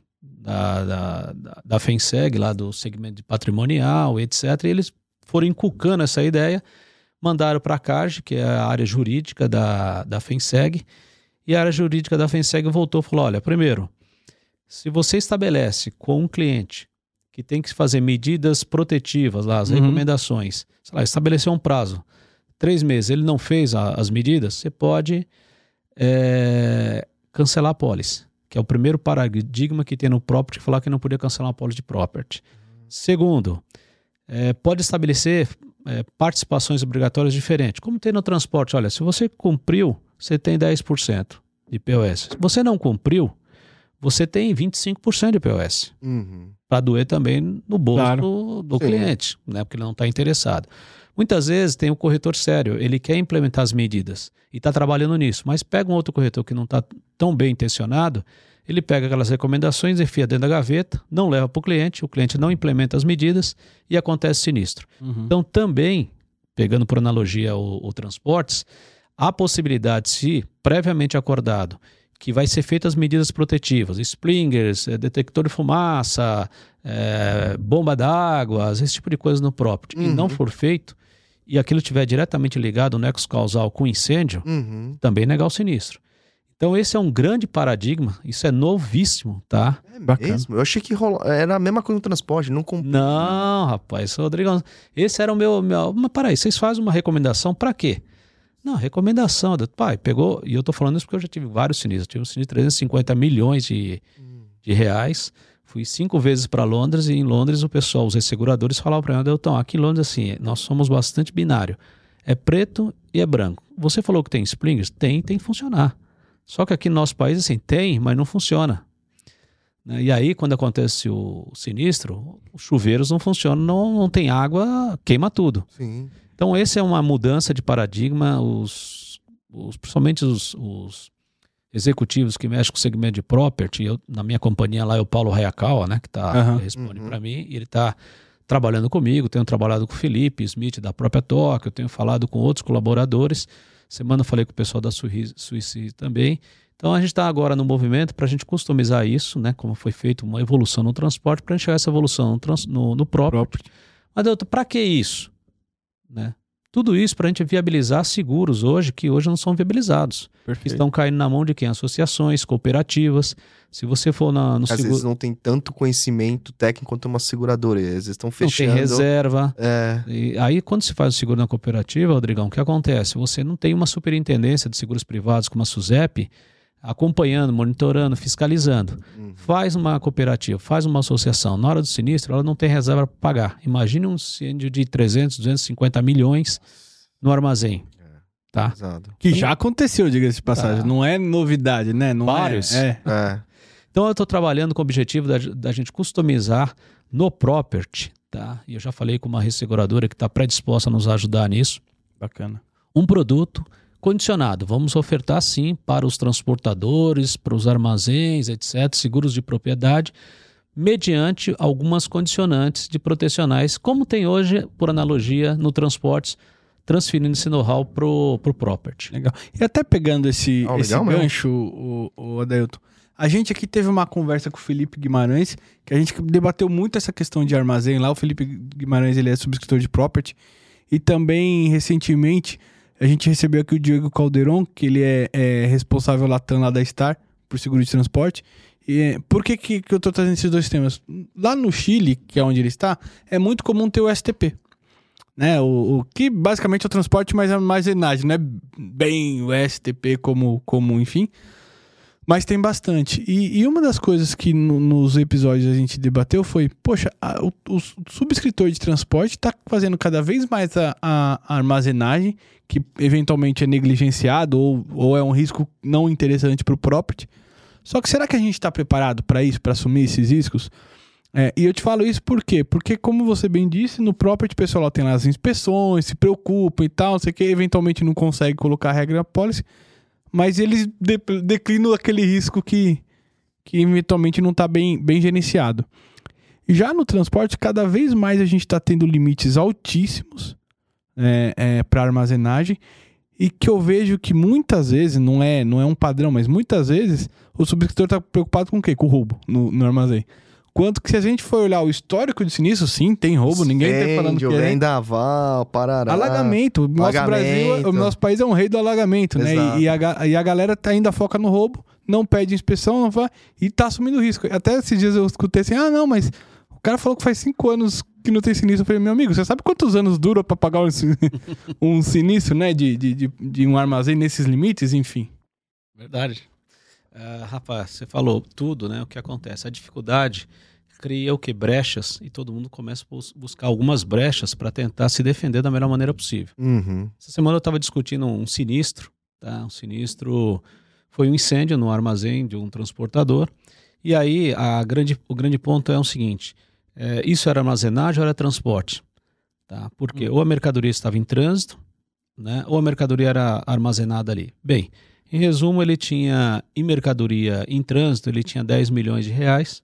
da FENSEG, lá do segmento de patrimonial, etc. E eles foram inculcando essa ideia, mandaram para a CARG, que é a área jurídica da FENSEG, e a área jurídica da FENSEG voltou e falou, olha, primeiro, se você estabelece com um cliente que tem que fazer medidas protetivas, lá, as recomendações, sei lá, estabelecer um prazo, 3 meses, ele não fez as medidas, você pode cancelar a pólice, que é o primeiro paradigma que tem no property, falar que não podia cancelar uma pólice de property. Segundo, pode estabelecer participações obrigatórias diferentes. Como tem no transporte, olha, se você cumpriu, você tem 10% de POS. Se você não cumpriu, você tem 25% de POS. Para doer também no bolso do cliente, né? Porque ele não está interessado. Muitas vezes tem um corretor sério, ele quer implementar as medidas e está trabalhando nisso, mas pega um outro corretor que não está tão bem intencionado, ele pega aquelas recomendações, enfia dentro da gaveta, não leva para o cliente não implementa as medidas e acontece sinistro. Então também, pegando por analogia o transportes, há possibilidade, se previamente acordado, que vai ser feitas as medidas protetivas, sprinklers, detector de fumaça, bomba d'água, esse tipo de coisa no property, e não for feito, e aquilo estiver diretamente ligado, o nexo causal com incêndio, também negar o sinistro. Então esse é um grande paradigma, isso é novíssimo, tá? Bacana. Mesmo? Eu achei que era a mesma coisa no transporte, não comprei. Não, rapaz, Rodrigão, esse era o meu... Mas peraí, vocês fazem uma recomendação para quê? Não, recomendação, pai, pegou, e eu tô falando isso porque eu já tive vários sinistros, eu tive um sinistro de 350 milhões de reais, fui 5 vezes para Londres, e em Londres o pessoal, os seguradores falavam para mim, Adelton, aqui em Londres assim, nós somos bastante binário, é preto e é branco. Você falou que tem sprinklers? Tem que funcionar. Só que aqui no nosso país, assim, tem, mas não funciona. E aí, quando acontece o sinistro, os chuveiros não funcionam, não tem água, queima tudo. Sim. Então, essa é uma mudança de paradigma, principalmente os executivos que mexem com o segmento de property, na minha companhia lá é o Paulo Hayakawa, né, que responde para mim, e ele está trabalhando comigo, tenho trabalhado com o Felipe Smith da própria Tóquio, tenho falado com outros colaboradores, semana eu falei com o pessoal da Suíça também. Então a gente está agora no movimento para a gente customizar isso, né? Como foi feito uma evolução no transporte, para a gente chegar a essa evolução no property. Mas para que isso? Né? Tudo isso para a gente viabilizar seguros hoje, que hoje não são viabilizados. Que estão caindo na mão de quem? Associações, cooperativas. Se você for no seguro... Às vezes não tem tanto conhecimento técnico quanto uma seguradora. Às vezes estão fechando... Não tem reserva. E aí, quando se faz o seguro na cooperativa, Rodrigão, o que acontece? Você não tem uma superintendência de seguros privados como a SUSEP acompanhando, monitorando, fiscalizando. Faz uma cooperativa, faz uma associação. Na hora do sinistro, ela não tem reserva para pagar. Imagine um incêndio de 300, 250 milhões no armazém. Tá? Que já aconteceu, diga-se de passagem. Não é novidade, né? Não vários. Então eu estou trabalhando com o objetivo da gente customizar no property, tá? E eu já falei com uma resseguradora que está predisposta a nos ajudar nisso. Bacana. Um produto condicionado. Vamos ofertar sim para os transportadores, para os armazéns, etc., seguros de propriedade, mediante algumas condicionantes de protecionais, como tem hoje, por analogia, no transportes, transferindo esse know-how para o property. Legal. E até pegando esse legal mesmo. gancho, o Adailton, a gente aqui teve uma conversa com o Felipe Guimarães, que a gente debateu muito essa questão de armazém lá. O Felipe Guimarães, ele é subscritor de property. E também, recentemente, a gente recebeu aqui o Diego Calderon, que ele é responsável latam lá da Star, por seguro de transporte. E por que eu tô trazendo esses dois temas? Lá no Chile, que é onde ele está, é muito comum ter o STP. Né? O que basicamente é o transporte mais armazenagem, não é bem o STP como enfim, mas tem bastante. E uma das coisas que nos episódios a gente debateu foi, poxa, o subscritor de transporte está fazendo cada vez mais a armazenagem, que eventualmente é negligenciado ou é um risco não interessante para o property. Só que será que a gente está preparado para isso, para assumir esses riscos? E eu te falo isso por quê? Porque, como você bem disse, no property o pessoal tem lá as inspeções, se preocupam e tal, não sei o que, eventualmente não consegue colocar a regra na policy, mas eles declinam aquele risco que eventualmente não está bem gerenciado. Já no transporte, cada vez mais a gente está tendo limites altíssimos para armazenagem, e que eu vejo que muitas vezes, não é um padrão, mas muitas vezes o subscritor está preocupado com o quê? Com o roubo no armazém. Quanto que se a gente for olhar o histórico de sinistro, sim, tem roubo, ninguém está falando que é. Vendaval, parará. Alagamento. O nosso país é um rei do alagamento, né? E a galera ainda foca no roubo, não pede inspeção, não vai, e tá assumindo risco. Até esses dias eu escutei assim, não, mas o cara falou que faz 5 anos que não tem sinistro. Eu falei, meu amigo, você sabe quantos anos dura para pagar um sinistro, né? De um armazém nesses limites, enfim. Verdade. Rafa, você falou tudo, né? O que acontece? A dificuldade cria o que? Brechas, e todo mundo começa a buscar algumas brechas para tentar se defender da melhor maneira possível. Uhum. Essa semana eu estava discutindo um sinistro, tá? Um sinistro foi um incêndio no armazém de um transportador, e aí o grande ponto é o seguinte, isso era armazenagem ou era transporte? Tá? Porque ou a mercadoria estava em trânsito, né? Ou a mercadoria era armazenada ali. Bem, em resumo, ele tinha, em mercadoria em trânsito, ele tinha 10 milhões de reais,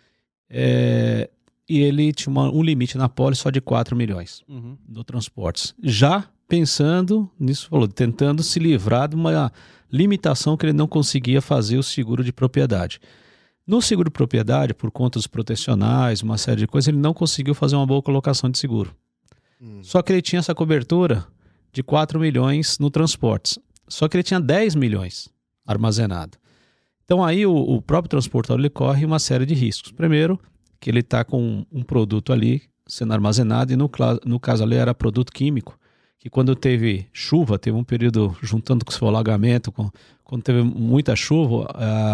e ele tinha um limite na pólice só de 4 milhões no transportes. Já pensando nisso, tentando se livrar de uma limitação que ele não conseguia fazer o seguro de propriedade. No seguro de propriedade, por conta dos protecionais, uma série de coisas, ele não conseguiu fazer uma boa colocação de seguro. Só que ele tinha essa cobertura de 4 milhões no transportes. Só que ele tinha 10 milhões armazenado. Então aí o próprio transportador ele corre uma série de riscos. Primeiro, que ele está com um produto ali sendo armazenado, e no caso ali era produto químico, que quando teve chuva, teve um período juntando com o seu alagamento, quando teve muita chuva,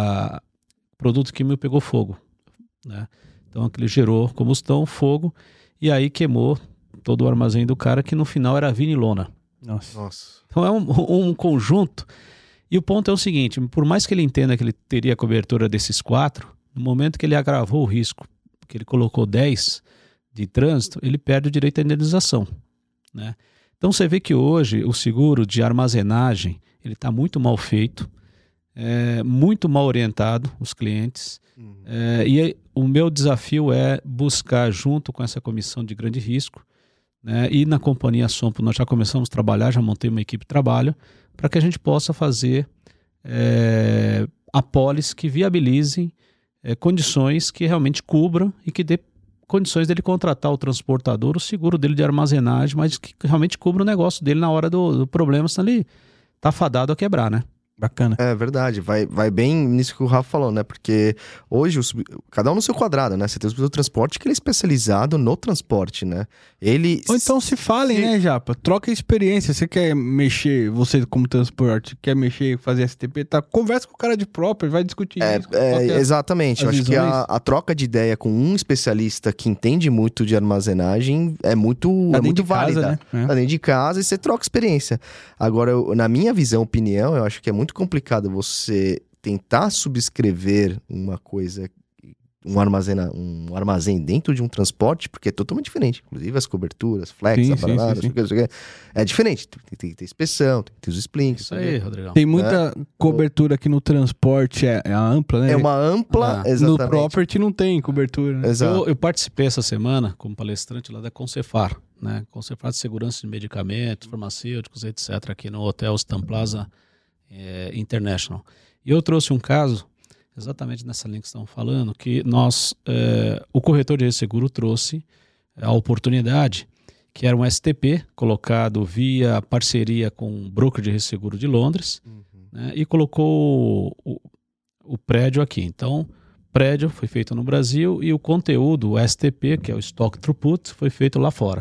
o produto químico pegou fogo, né? Então aquele gerou combustão, fogo, e aí queimou todo o armazém do cara, que no final era vinilona. Nossa. Então é um conjunto. E o ponto é o seguinte, por mais que ele entenda que ele teria a cobertura desses 4, no momento que ele agravou o risco, que ele colocou 10 de trânsito, ele perde o direito à indenização, né? Então você vê que hoje o seguro de armazenagem ele está muito mal feito, muito mal orientado os clientes, e o meu desafio é buscar, junto com essa comissão de grande risco, né, e na companhia Sompo nós já começamos a trabalhar, já montei uma equipe de trabalho, para que a gente possa fazer apólices que viabilizem condições que realmente cubram e que dê condições dele contratar o transportador, o seguro dele de armazenagem, mas que realmente cubra o negócio dele na hora do problema, senão ele tá fadado a quebrar, né? Bacana. É verdade, vai bem nisso que o Rafa falou, né? Porque hoje, cada um no seu quadrado, né? Você tem o subscritor de transporte que ele é especializado no transporte, né? Ou então se falem, né, Japa? Troca experiência. Você quer mexer, você como transporte, quer mexer, fazer STP, tá? Conversa com o cara de próprio, vai discutir isso. Exatamente. Eu acho que a troca de ideia com um especialista que entende muito de armazenagem é muito válida. Né? Tá dentro de casa e você troca experiência. Agora, na minha visão, opinião, eu acho que é muito complicado você tentar subscrever uma coisa um armazém dentro de um transporte, porque é totalmente diferente. Inclusive as coberturas, flex, Sim, aparadas, sim. é diferente. Tem que ter inspeção, tem que ter os splints. Isso aí, Rodrigão. Tem muita cobertura aqui no transporte, é a ampla, né? É uma ampla, Ah, exatamente. No property não tem cobertura, né? Exato. Eu participei essa semana como palestrante lá da Concefar, né? Concefar de Segurança de Medicamentos, Farmacêuticos, etc., aqui no Hotel Stan Plaza International. E eu trouxe um caso, exatamente nessa linha que estão falando, que o corretor de resseguro trouxe a oportunidade, que era um STP colocado via parceria com um broker de resseguro de Londres, né? E colocou o prédio aqui. Então, prédio foi feito no Brasil e o conteúdo, o STP, que é o Stock Throughput, foi feito lá fora.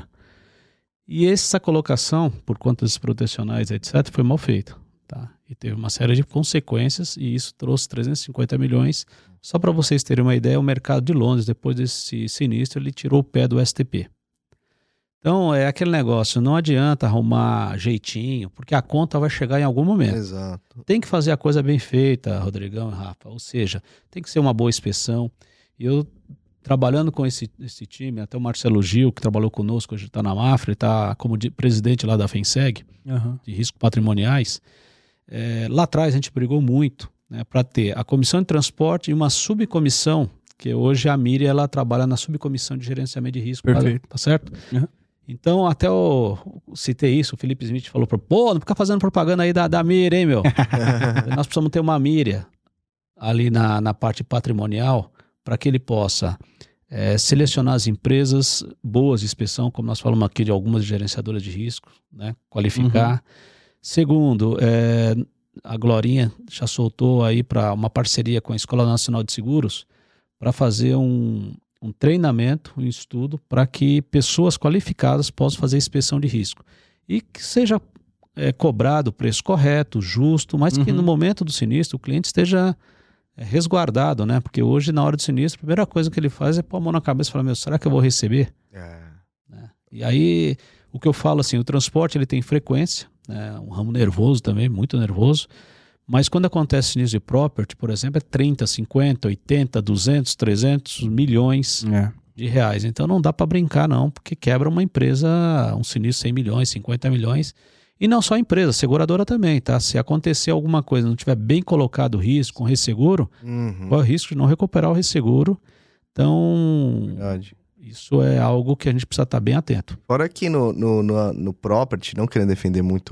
E essa colocação, por conta dos protecionais, etc., foi mal feita. Tá? E teve uma série de consequências e isso trouxe 350 milhões. Só para vocês terem uma ideia, o mercado de Londres, depois desse sinistro, ele tirou o pé do STP. Então, é aquele negócio, não adianta arrumar jeitinho, porque a conta vai chegar em algum momento. Exato. Tem que fazer a coisa bem feita, Rodrigão e Rafa. Ou seja, tem que ser uma boa inspeção. E eu, trabalhando com esse time, até o Marcelo Gil, que trabalhou conosco, hoje está na Mafra, está como presidente lá da FENSEG, de riscos patrimoniais. Lá atrás a gente brigou muito, né, para ter a comissão de transporte e uma subcomissão, que hoje a Miriam ela trabalha na subcomissão de gerenciamento de risco. Perfeito. Tá certo? Uhum. Então, até eu citei isso, o Felipe Smith falou, pô, não fica fazendo propaganda aí da Miriam, hein, meu? Nós precisamos ter uma Miriam ali na parte patrimonial para que ele possa selecionar as empresas boas de inspeção, como nós falamos aqui de algumas gerenciadoras de risco, né? Qualificar. Uhum. Segundo, a Glorinha já soltou aí para uma parceria com a Escola Nacional de Seguros para fazer um treinamento, um estudo para que pessoas qualificadas possam fazer inspeção de risco e que seja cobrado o preço correto, justo, mas que no momento do sinistro o cliente esteja resguardado, né? Porque hoje na hora do sinistro a primeira coisa que ele faz é pôr a mão na cabeça e falar, será que eu vou receber? Né? E aí o que eu falo assim, o transporte ele tem frequência, né? Um ramo nervoso também, muito nervoso. Mas quando acontece sinistro de property, por exemplo, é 30, 50, 80, 200, 300 milhões de reais. Então não dá para brincar não, porque quebra uma empresa, um sinistro 100 milhões, 50 milhões. E não só a empresa, a seguradora também, tá? Se acontecer alguma coisa, não tiver bem colocado o risco, com resseguro, corre o risco de não recuperar o resseguro. Então, Verdade. Isso é algo que a gente precisa estar bem atento. Fora que no property, não querendo defender muito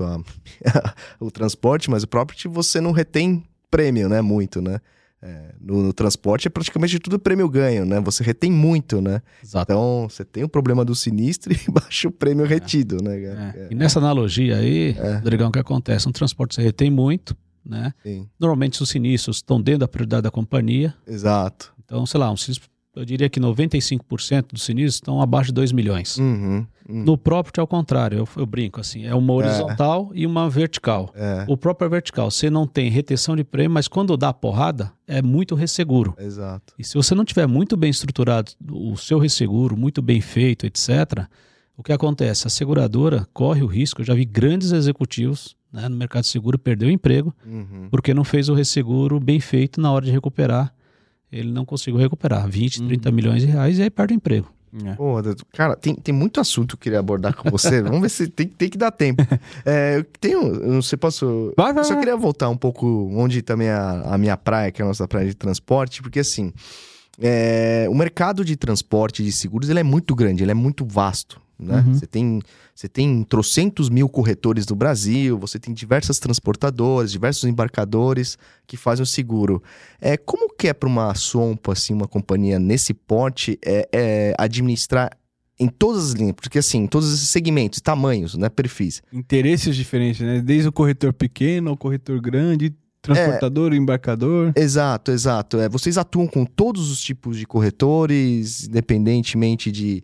o transporte, mas o property você não retém prêmio, né? Muito, né? No transporte é praticamente tudo prêmio ganho, né? Você retém muito, né? Exato. Então, você tem o problema do sinistro e baixa o prêmio retido, né? E nessa analogia aí, Rodrigão, o que acontece? No transporte você retém muito, né? Sim. Normalmente os sinistros estão dentro da prioridade da companhia. Exato. Então, sei lá, um sinistro, eu diria que 95% dos sinistros estão abaixo de 2 milhões. No property, ao contrário, eu brinco assim, é uma horizontal e uma vertical. O próprio é vertical, você não tem retenção de prêmio, mas quando dá a porrada, é muito resseguro. Exato. E se você não tiver muito bem estruturado o seu resseguro, muito bem feito, etc., o que acontece? A seguradora corre o risco, eu já vi grandes executivos, né, no mercado de seguro perder o emprego, porque não fez o resseguro bem feito na hora de recuperar. Ele não conseguiu recuperar 20, 30 milhões de reais e aí perde o emprego. Pô, cara, tem muito assunto que eu queria abordar com você. Vamos ver se tem que dar tempo. Não sei, posso... Vai. Só queria voltar um pouco onde também a minha praia, que é a nossa praia de transporte, porque assim, o mercado de transporte de seguros, ele é muito grande, ele é muito vasto, né? Você tem trocentos mil corretores no Brasil, você tem diversas transportadoras, diversos embarcadores que fazem o seguro. Como que é para uma Sompo, assim, uma companhia nesse porte, administrar em todas as linhas? Porque assim, todos esses segmentos, tamanhos, né, perfis. Interesses diferentes, né? Desde o corretor pequeno ao corretor grande, transportador, embarcador. Exato. Vocês atuam com todos os tipos de corretores, independentemente de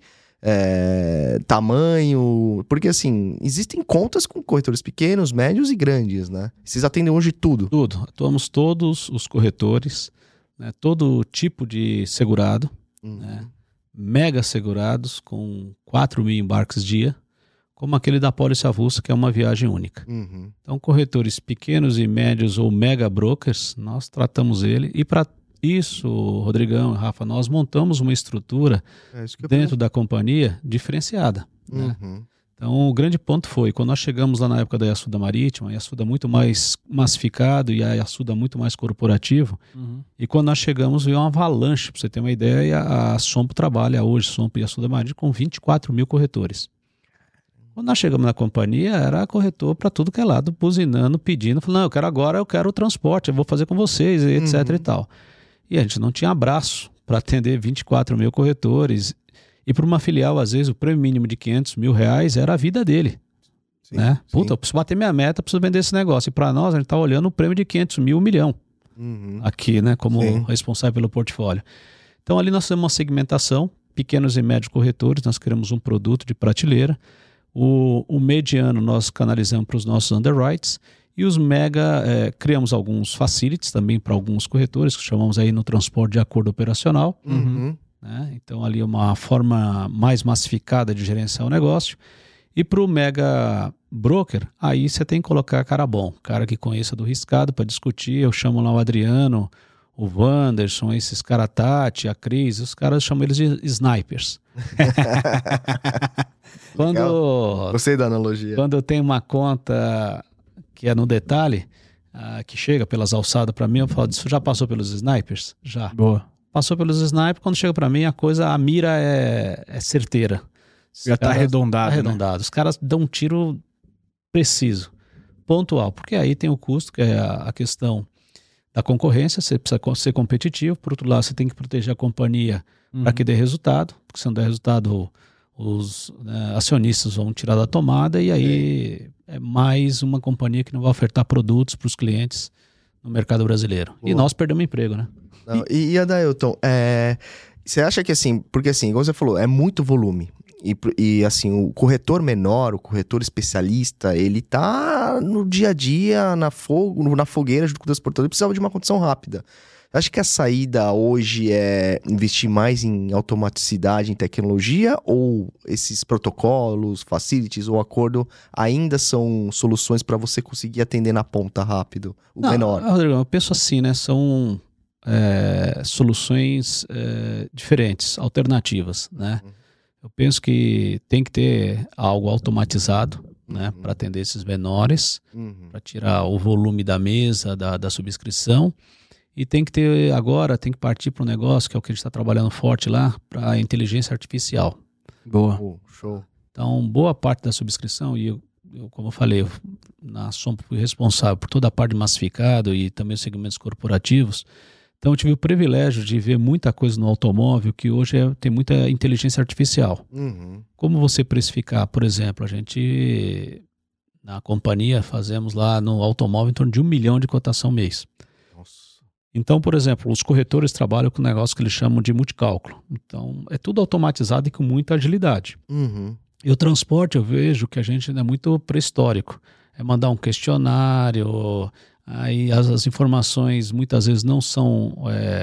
tamanho, porque assim, existem contas com corretores pequenos, médios e grandes, né? Vocês atendem hoje tudo? Tudo, atuamos todos os corretores, né? Todo tipo de segurado, né? Mega segurados com 4 mil embarques dia, como aquele da pólice avulsa, que é uma viagem única. Então, corretores pequenos e médios ou mega brokers, nós tratamos ele, e para Isso, Rodrigão e Rafa, nós montamos uma estrutura Isso que eu dentro da companhia diferenciada, né? Uhum. Então, o grande ponto foi, quando nós chegamos lá na época da Yasuda Marítima, a Yasuda muito mais massificado e a Yasuda muito mais corporativo, e quando nós chegamos veio uma avalanche, para você ter uma ideia, a Sompo trabalha hoje, Sompo e Yasuda Marítima, com 24 mil corretores. Quando nós chegamos na companhia, era corretor para tudo que é lado, buzinando, pedindo, falando, não, eu quero o transporte, eu vou fazer com vocês, etc e tal. E a gente não tinha abraço para atender 24 mil corretores. E para uma filial, às vezes, o prêmio mínimo de R$500 mil era a vida dele. Sim, né? sim. Puta, eu preciso bater minha meta, eu preciso vender esse negócio. E para nós, a gente está olhando o prêmio de 500 mil, 1 milhão. Aqui, né? Como Sim. responsável pelo portfólio. Então, ali nós temos uma segmentação, pequenos e médios corretores, nós queremos um produto de prateleira. O mediano nós canalizamos para os nossos underwrites. E os mega, criamos alguns facilities também para alguns corretores, que chamamos aí no transporte de acordo operacional. Né? Então, ali uma forma mais massificada de gerenciar o negócio. E para o mega broker, aí você tem que colocar cara bom, cara que conheça do riscado para discutir. Eu chamo lá o Adriano, o Wanderson, esses caras, Tati, a Cris, os caras chamam eles de snipers. Gostei da analogia. Quando eu tenho uma conta que é no detalhe, que chega pelas alçadas para mim, eu falo, isso já passou pelos snipers? Já. Boa. Passou pelos snipers, quando chega para mim a mira é certeira. Já está arredondado. Tá arredondado. Né? Os caras dão um tiro preciso, pontual, porque aí tem o custo, que é a questão da concorrência, você precisa ser competitivo, por outro lado você tem que proteger a companhia para que dê resultado, porque se não der resultado os acionistas vão tirar da tomada e aí é mais uma companhia que não vai ofertar produtos para os clientes no mercado brasileiro. Boa. E nós perdemos emprego, né? Não, e Adailton, você acha que assim, porque assim, igual você falou, é muito volume. E assim, o corretor menor, o corretor especialista, ele tá no dia a dia, na fogueira junto com o transportador, ele precisava de uma condição rápida. Acho que a saída hoje é investir mais em automaticidade, em tecnologia, ou esses protocolos, facilities ou acordo ainda são soluções para você conseguir atender na ponta rápido, menor? Rodrigo, eu penso assim, né? São soluções diferentes, alternativas, né? Eu penso que tem que ter algo automatizado, né, para atender esses menores, para tirar o volume da mesa, da subscrição. E tem que partir para um negócio, que é o que a gente está trabalhando forte lá, para a inteligência artificial. Boa. Show. Então, boa parte da subscrição, e eu como eu falei, na Sompo fui responsável por toda a parte de massificado e também os segmentos corporativos. Então eu tive o privilégio de ver muita coisa no automóvel que hoje tem muita inteligência artificial. Como você precificar, por exemplo, a gente na companhia fazemos lá no automóvel em torno de 1 milhão de cotação mês. Nossa. Então, por exemplo, os corretores trabalham com um negócio que eles chamam de multicálculo. Então é tudo automatizado e com muita agilidade. E o transporte eu vejo que a gente ainda é muito pré-histórico. É mandar um questionário... Aí as informações muitas vezes não são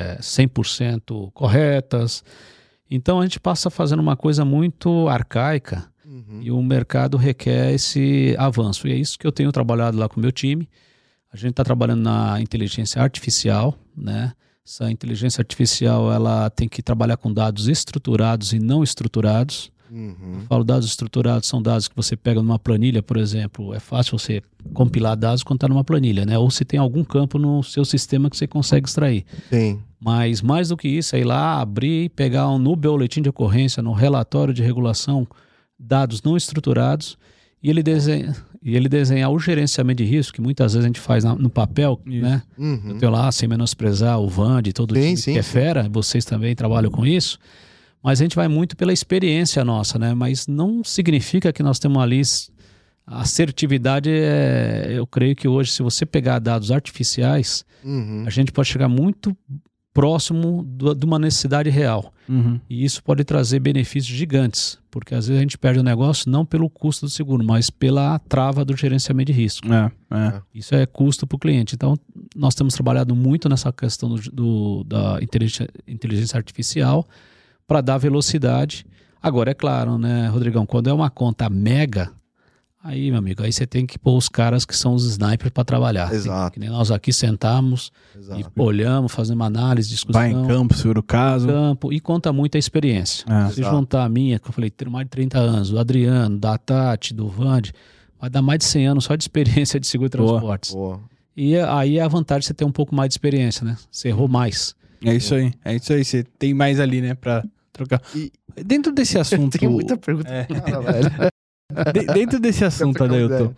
100% corretas. Então a gente passa fazendo uma coisa muito arcaica e o mercado requer esse avanço. E é isso que eu tenho trabalhado lá com o meu time. A gente está trabalhando na inteligência artificial, né? Essa inteligência artificial ela tem que trabalhar com dados estruturados e não estruturados. Eu falo dados estruturados, são dados que você pega numa planilha, por exemplo. É fácil você compilar dados quando está numa planilha, né? Ou se tem algum campo no seu sistema que você consegue extrair. Sim. Mas mais do que isso, é ir lá, abrir e pegar no boletim de ocorrência, no relatório de regulação, dados não estruturados e ele desenhar o gerenciamento de risco, que muitas vezes a gente faz no papel, né? Eu tenho lá, sem menosprezar o Vand, todo time que é fera, vocês também trabalham com isso. Mas a gente vai muito pela experiência nossa, né? Mas não significa que nós temos ali... A assertividade eu creio que hoje, se você pegar dados artificiais, a gente pode chegar muito próximo de uma necessidade real. E isso pode trazer benefícios gigantes, porque às vezes a gente perde o negócio não pelo custo do seguro, mas pela trava do gerenciamento de risco. Isso é custo para o cliente. Então, nós temos trabalhado muito nessa questão da inteligência artificial, para dar velocidade. Agora, é claro, né, Rodrigão, quando é uma conta mega, Aí, meu amigo, aí você tem que pôr os caras que são os snipers para trabalhar. Exato. Que nem nós aqui sentamos e olhamos, fazemos análise, discussão. Vai em campo, se for o caso. Campo, e conta muito a experiência. Se Exato. juntar a minha, que eu falei, tenho mais de 30 anos, do Adriano, da Tati, do Vande, vai dar mais de 100 anos só de experiência de seguro e transportes. Boa. E aí é a vantagem de você ter um pouco mais de experiência, né? Você errou mais. É isso aí. Você tem mais ali, né, pra trocar. E- Dentro desse assunto... Tem muita pergunta. Cara, velho. Dentro desse assunto, Adeilton,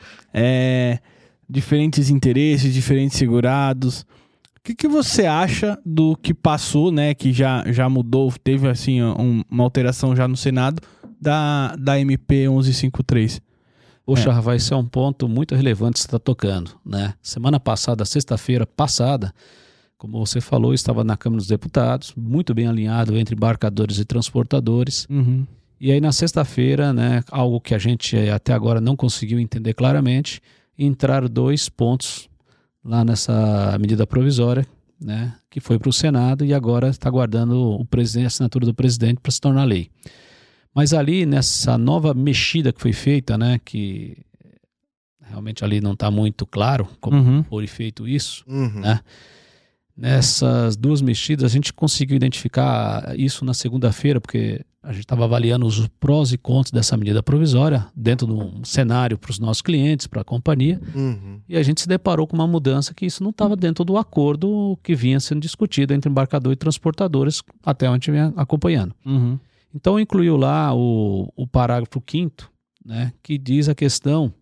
diferentes interesses, diferentes segurados. O que você acha do que passou, né? Que já mudou, teve assim uma alteração já no Senado da MP 1153. Poxa, Rafa, esse é um ponto muito relevante que você está tocando, né? Semana passada, sexta-feira passada, como você falou, estava na Câmara dos Deputados, muito bem alinhado entre embarcadores e transportadores. Uhum. E aí na sexta-feira, né, algo que a gente até agora não conseguiu entender claramente, entraram 2 pontos lá nessa medida provisória, né, que foi para o Senado e agora está aguardando a assinatura do presidente para se tornar lei. Mas ali nessa nova mexida que foi feita, né, que realmente ali não está muito claro como foi feito isso, né? Nessas 2 mexidas a gente conseguiu identificar isso na segunda-feira, porque a gente estava avaliando os prós e contras dessa medida provisória dentro de um cenário para os nossos clientes, para a companhia, e a gente se deparou com uma mudança que isso não estava dentro do acordo que vinha sendo discutido entre embarcador e transportadores até onde a gente vinha acompanhando. Então incluiu lá o parágrafo 5º, né, que diz a questão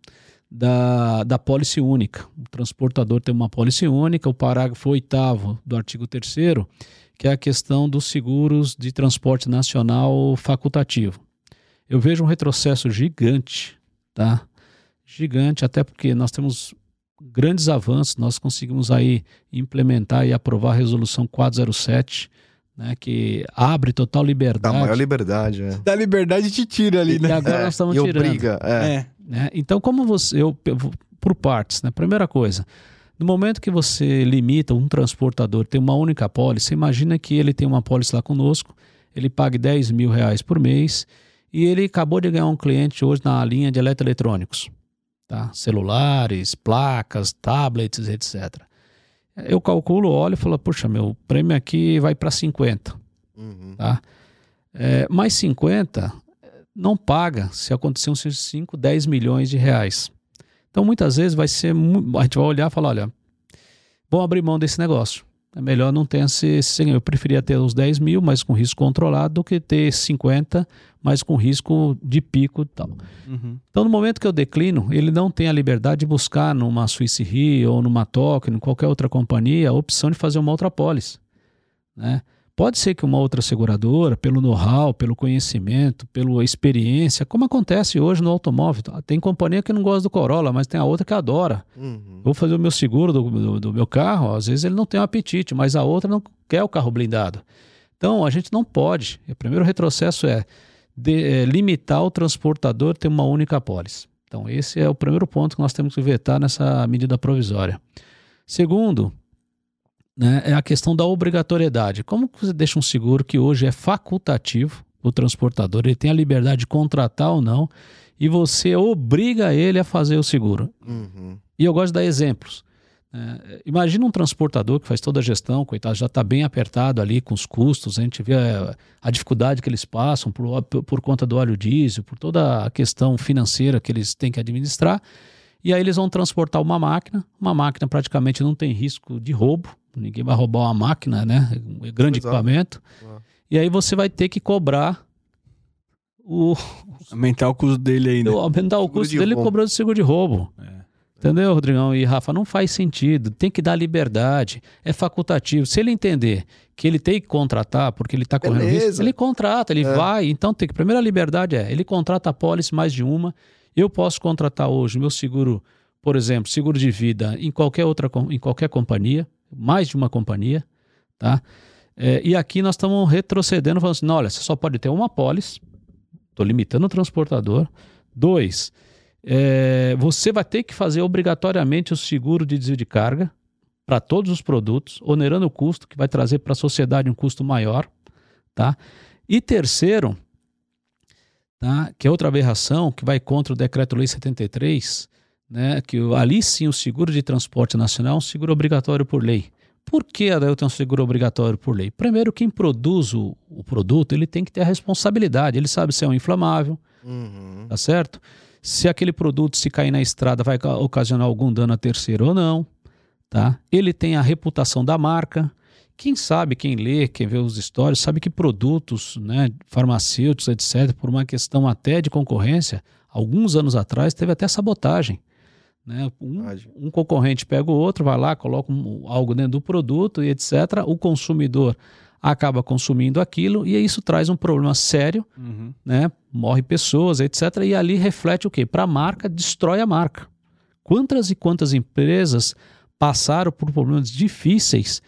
da pólice única. O transportador tem uma pólice única. O parágrafo 8º do artigo 3º, que é a questão dos seguros de transporte nacional facultativo. Eu vejo um retrocesso gigante, tá? Gigante, até porque nós temos grandes avanços. Nós conseguimos aí implementar e aprovar a resolução 407, né, que abre total liberdade. Dá maior liberdade, né? Da liberdade te tira ali, né? E agora nós estamos E tirando. obriga, Né? Então, como por partes, né? Primeira coisa, no momento que você limita um transportador ter uma única apólice, você imagina que ele tem uma apólice lá conosco, ele paga R$10 mil por mês e ele acabou de ganhar um cliente hoje na linha de eletroeletrônicos, tá? Celulares, placas, tablets, etc. Eu calculo, olho e falo, puxa, meu prêmio aqui vai para 50, tá? Mais 50 não paga se acontecer uns 5, 10 milhões de reais. Então, muitas vezes a gente vai olhar e falar, olha, vamos abrir mão desse negócio. É melhor não ter esse eu preferia ter os 10 mil, mas com risco controlado, do que ter 50, mas com risco de pico e tal. Então, no momento que eu declino, ele não tem a liberdade de buscar numa Swiss Re ou numa Token, em qualquer outra companhia, a opção de fazer uma outra apólice, né? Pode ser que uma outra seguradora, pelo know-how, pelo conhecimento, pela experiência, como acontece hoje no automóvel. Tem companhia que não gosta do Corolla, mas tem a outra que adora. Vou fazer o meu seguro do meu carro, às vezes ele não tem um apetite, mas a outra não quer o carro blindado. Então, a gente não pode. O primeiro retrocesso é limitar o transportador a ter uma única apólice. Então, esse é o primeiro ponto que nós temos que vetar nessa medida provisória. Segundo, né, é a questão da obrigatoriedade. Como você deixa um seguro que hoje é facultativo, o transportador, ele tem a liberdade de contratar ou não, e você obriga ele a fazer o seguro. E eu gosto de dar exemplos. Imagina um transportador que faz toda a gestão, coitado, já está bem apertado ali com os custos, a gente vê a dificuldade que eles passam por conta do óleo diesel, por toda a questão financeira que eles têm que administrar, e aí eles vão transportar uma máquina praticamente não tem risco de roubo, ninguém vai roubar uma máquina, né? Um grande equipamento. E aí você vai ter que cobrar aumentar o custo dele ainda. Aumentar o custo dele cobrando o seguro de roubo. Entendeu, Rodrigão e Rafa? Não faz sentido. Tem que dar liberdade. É facultativo. Se ele entender que ele tem que contratar porque ele está correndo risco, ele contrata, ele vai. Então, a primeira liberdade ele contrata a pólice mais de uma. Eu posso contratar hoje meu seguro, por exemplo, seguro de vida em qualquer companhia, mais de uma companhia, tá? E aqui nós estamos retrocedendo, falando assim, não, olha, você só pode ter uma pólice, estou limitando o transportador. 2, você vai ter que fazer obrigatoriamente o seguro de desvio de carga para todos os produtos, onerando o custo, que vai trazer para a sociedade um custo maior, tá? E terceiro, tá? Que é outra aberração que vai contra o Decreto-Lei 73, né? Que ali sim o seguro de transporte nacional é um seguro obrigatório por lei. Por que a Delta é um seguro obrigatório por lei? Primeiro, quem produz o produto, ele tem que ter a responsabilidade. Ele sabe se é um inflamável, tá certo? Se aquele produto, se cair na estrada, vai ocasionar algum dano a terceiro ou não, tá? Ele tem a reputação da marca. Quem sabe, quem lê, quem vê os stories, sabe que produtos, né, farmacêuticos, etc., por uma questão até de concorrência, alguns anos atrás teve até sabotagem. Né? Um concorrente pega o outro, vai lá, coloca algo dentro do produto e etc. O consumidor acaba consumindo aquilo e isso traz um problema sério, né? Morre pessoas, etc. E ali reflete o quê? Para a marca, destrói a marca. Quantas e quantas empresas passaram por problemas difíceis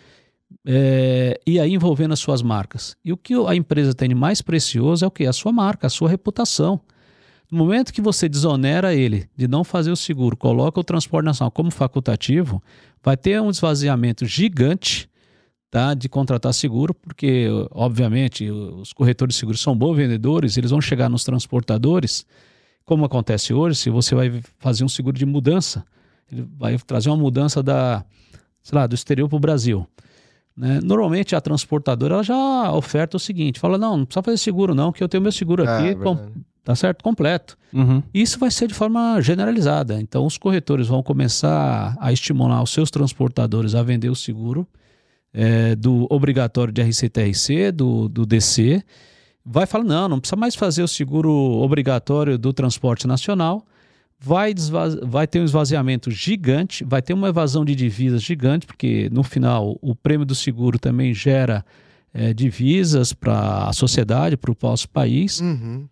e aí envolvendo as suas marcas? E o que a empresa tem de mais precioso é o quê? A sua marca, a sua reputação. No momento que você desonera ele de não fazer o seguro, coloca o transporte nacional como facultativo, vai ter um esvaziamento gigante, tá, de contratar seguro, porque, obviamente, os corretores de seguros são bons vendedores, eles vão chegar nos transportadores, como acontece hoje, se você vai fazer um seguro de mudança, ele vai trazer uma mudança do exterior para o Brasil. Né? Normalmente a transportadora ela já oferta o seguinte, fala, não precisa fazer seguro não, que eu tenho meu seguro aqui, tá certo? Completo. Isso vai ser de forma generalizada. Então os corretores vão começar a estimular os seus transportadores a vender o seguro do obrigatório de RCTRC, do DC. Vai falar, não precisa mais fazer o seguro obrigatório do transporte nacional. Vai ter um esvaziamento gigante, vai ter uma evasão de divisas gigante, porque no final o prêmio do seguro também gera divisas para a sociedade, para o nosso país.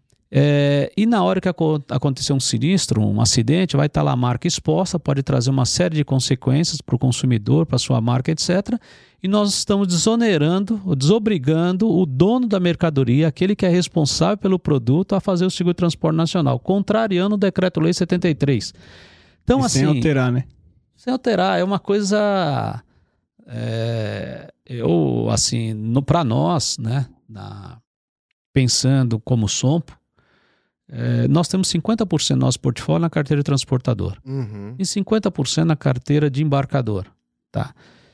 E na hora que acontecer um sinistro, um acidente, vai estar lá a marca exposta, pode trazer uma série de consequências para o consumidor, para a sua marca, etc. E nós estamos desobrigando o dono da mercadoria, aquele que é responsável pelo produto, a fazer o seguro de transporte nacional, contrariando o Decreto-Lei 73. Então, assim, sem alterar, né? Sem alterar, é uma coisa... para nós, né, pensando como Sompo, nós temos 50% do nosso portfólio na carteira de transportador e 50% na carteira de embarcador, tá?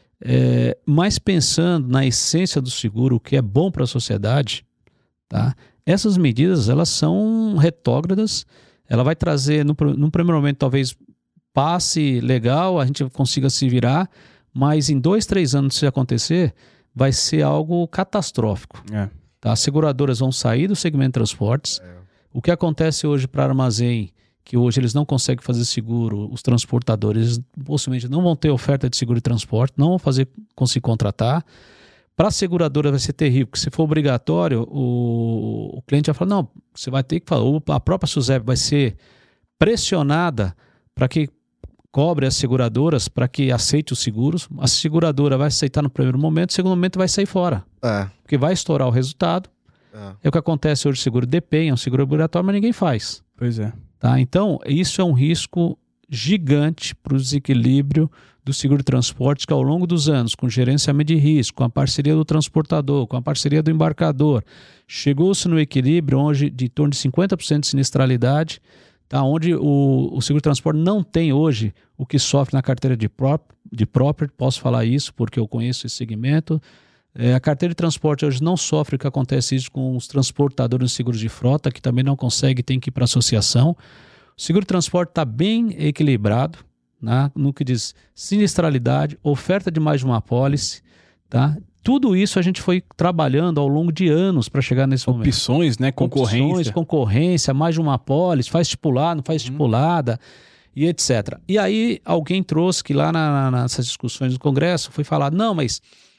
Mas pensando na essência do seguro, o que é bom para a sociedade, tá? Essas medidas elas são retrógradas, ela vai trazer, num primeiro momento talvez passe legal, a gente consiga se virar, mas em 2, 3 anos se acontecer, vai ser algo catastrófico. Tá? As seguradoras vão sair do segmento de transportes. O que acontece hoje para armazém, que hoje eles não conseguem fazer seguro, os transportadores possivelmente não vão ter oferta de seguro de transporte, não vão conseguir contratar. Para a seguradora vai ser terrível, porque se for obrigatório, o cliente vai falar, não, você vai ter que falar, ou a própria SUSEP vai ser pressionada para que cobre as seguradoras, para que aceite os seguros. A seguradora vai aceitar no primeiro momento, no segundo momento vai sair fora, porque vai estourar o resultado. É o que acontece hoje, o seguro DP, é um seguro obrigatório, mas ninguém faz. Pois é. Tá? Então, isso é um risco gigante para o desequilíbrio do seguro de transporte, que ao longo dos anos, com gerenciamento de risco, com a parceria do transportador, com a parceria do embarcador, chegou-se no equilíbrio onde, de torno de 50% de sinistralidade, tá? Onde o seguro de transporte não tem hoje o que sofre na carteira de property, posso falar isso porque eu conheço esse segmento. A carteira de transporte hoje não sofre o que acontece isso com os transportadores de seguros de frota, que também não consegue, tem que ir para a associação. O seguro de transporte está bem equilibrado, né, no que diz sinistralidade, oferta de mais de uma apólice, tá? Tudo isso a gente foi trabalhando ao longo de anos para chegar nesse momento. Opções, né? Concorrência, mais de uma apólice, faz estipulado, não faz estipulada, e etc. E aí alguém trouxe que lá nessas discussões do Congresso foi falar, não, mas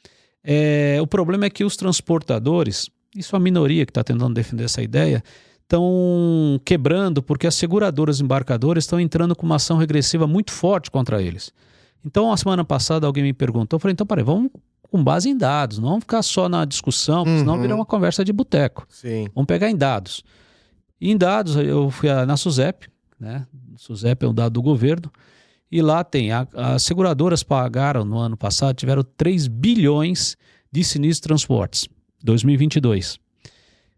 o problema é que os transportadores, isso é a minoria que está tentando defender essa ideia, estão quebrando porque as seguradoras e embarcadoras estão entrando com uma ação regressiva muito forte contra eles. Então, a semana passada alguém me perguntou, eu falei, então, peraí, vamos com base em dados, não vamos ficar só na discussão, porque senão virar uma conversa de boteco. Sim. Vamos pegar em dados. E em dados, eu fui na SUSEP, né? SUSEP é um dado do governo, e lá tem, as seguradoras pagaram no ano passado, tiveram 3 bilhões de sinistros de transportes, 2022.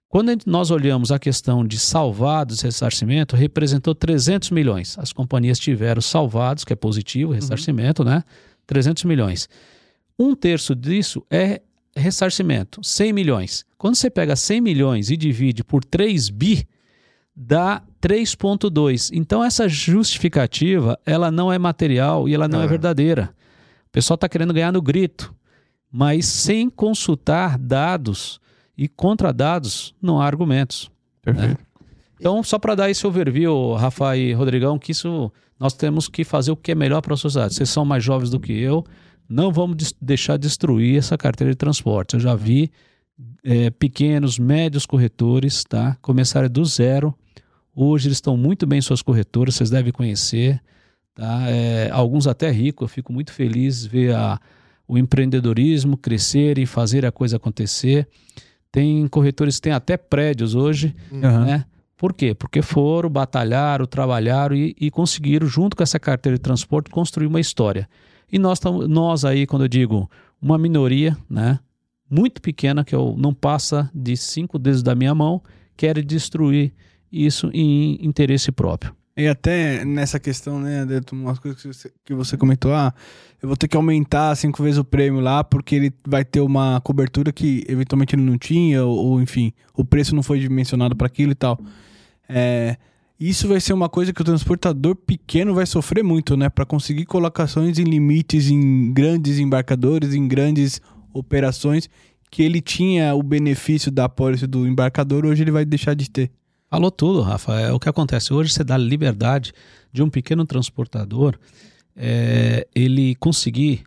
Quando nós olhamos a questão de salvados, ressarcimento, representou 300 milhões. As companhias tiveram salvados, que é positivo, ressarcimento, né? 300 milhões. 1/3 disso é ressarcimento, 100 milhões. Quando você pega 100 milhões e divide por 3 bi, dá 3,2. Então essa justificativa, ela não é material e ela não é verdadeira. O pessoal está querendo ganhar no grito, mas sem consultar dados e contra dados não há argumentos. Perfeito. Né? Então, só para dar esse overview, Rafa e Rodrigão, que isso nós temos que fazer o que é melhor para a sociedade. Vocês são mais jovens do que eu, não vamos deixar destruir essa carteira de transportes. Eu já vi pequenos, médios corretores, tá, começarem do zero. Hoje eles estão muito bem em suas corretoras, vocês devem conhecer. Tá? Alguns até ricos, eu fico muito feliz de ver o empreendedorismo crescer e fazer a coisa acontecer. Tem corretores que têm até prédios hoje, né? Por quê? Porque foram, batalharam, trabalharam e conseguiram, junto com essa carteira de transporte, construir uma história. E nós aí, quando eu digo uma minoria, né, muito pequena, que não passa de 5 dedos da minha mão, quer destruir isso em interesse próprio. E até nessa questão, né, umas coisas que você comentou, eu vou ter que aumentar 5 vezes o prêmio lá, porque ele vai ter uma cobertura que eventualmente ele não tinha, ou enfim, o preço não foi dimensionado para aquilo e tal. Isso vai ser uma coisa que o transportador pequeno vai sofrer muito, né, para conseguir colocações em limites em grandes embarcadores, em grandes operações, que ele tinha o benefício da apólice do embarcador, hoje ele vai deixar de ter. Falou tudo, Rafa. É o que acontece. Hoje você dá liberdade de um pequeno transportador ele conseguir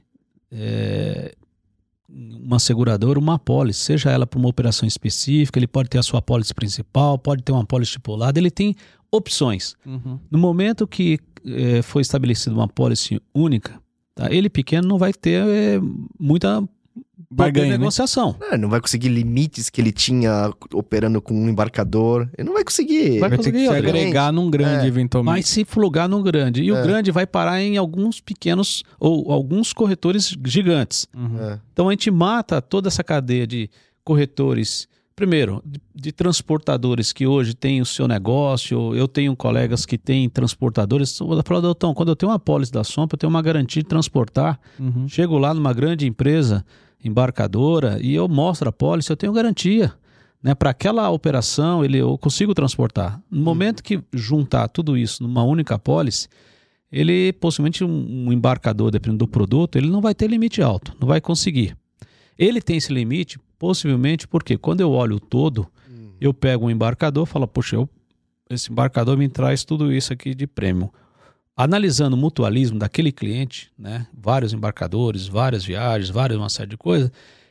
uma seguradora, uma apólice, seja ela para uma operação específica, ele pode ter a sua apólice principal, pode ter uma apólice estipulada, ele tem opções. No momento que foi estabelecida uma apólice única, tá, ele pequeno não vai ter muita barganha, negociação. Né? Não vai conseguir limites que ele tinha operando com um embarcador. Ele não vai conseguir. Vai ter que se agregar num grande, eventualmente. Vai se plugar num grande. E o grande vai parar em alguns pequenos ou alguns corretores gigantes. Então a gente mata toda essa cadeia de corretores. Primeiro, de transportadores que hoje têm o seu negócio. Eu tenho colegas que têm transportadores. Vou falar, Doutor, quando eu tenho uma apólice da Sompa, eu tenho uma garantia de transportar. Chego lá numa grande empresa embarcadora e eu mostro a apólice, eu tenho garantia, né? Para aquela operação eu consigo transportar. No momento que juntar tudo isso numa única apólice, ele possivelmente um embarcador, dependendo do produto, ele não vai ter limite alto, não vai conseguir. Ele tem esse limite possivelmente porque quando eu olho o todo, eu pego um embarcador e falo, poxa, esse embarcador me traz tudo isso aqui de prêmio. Analisando o mutualismo daquele cliente, né, vários embarcadores, várias viagens, uma série de coisas,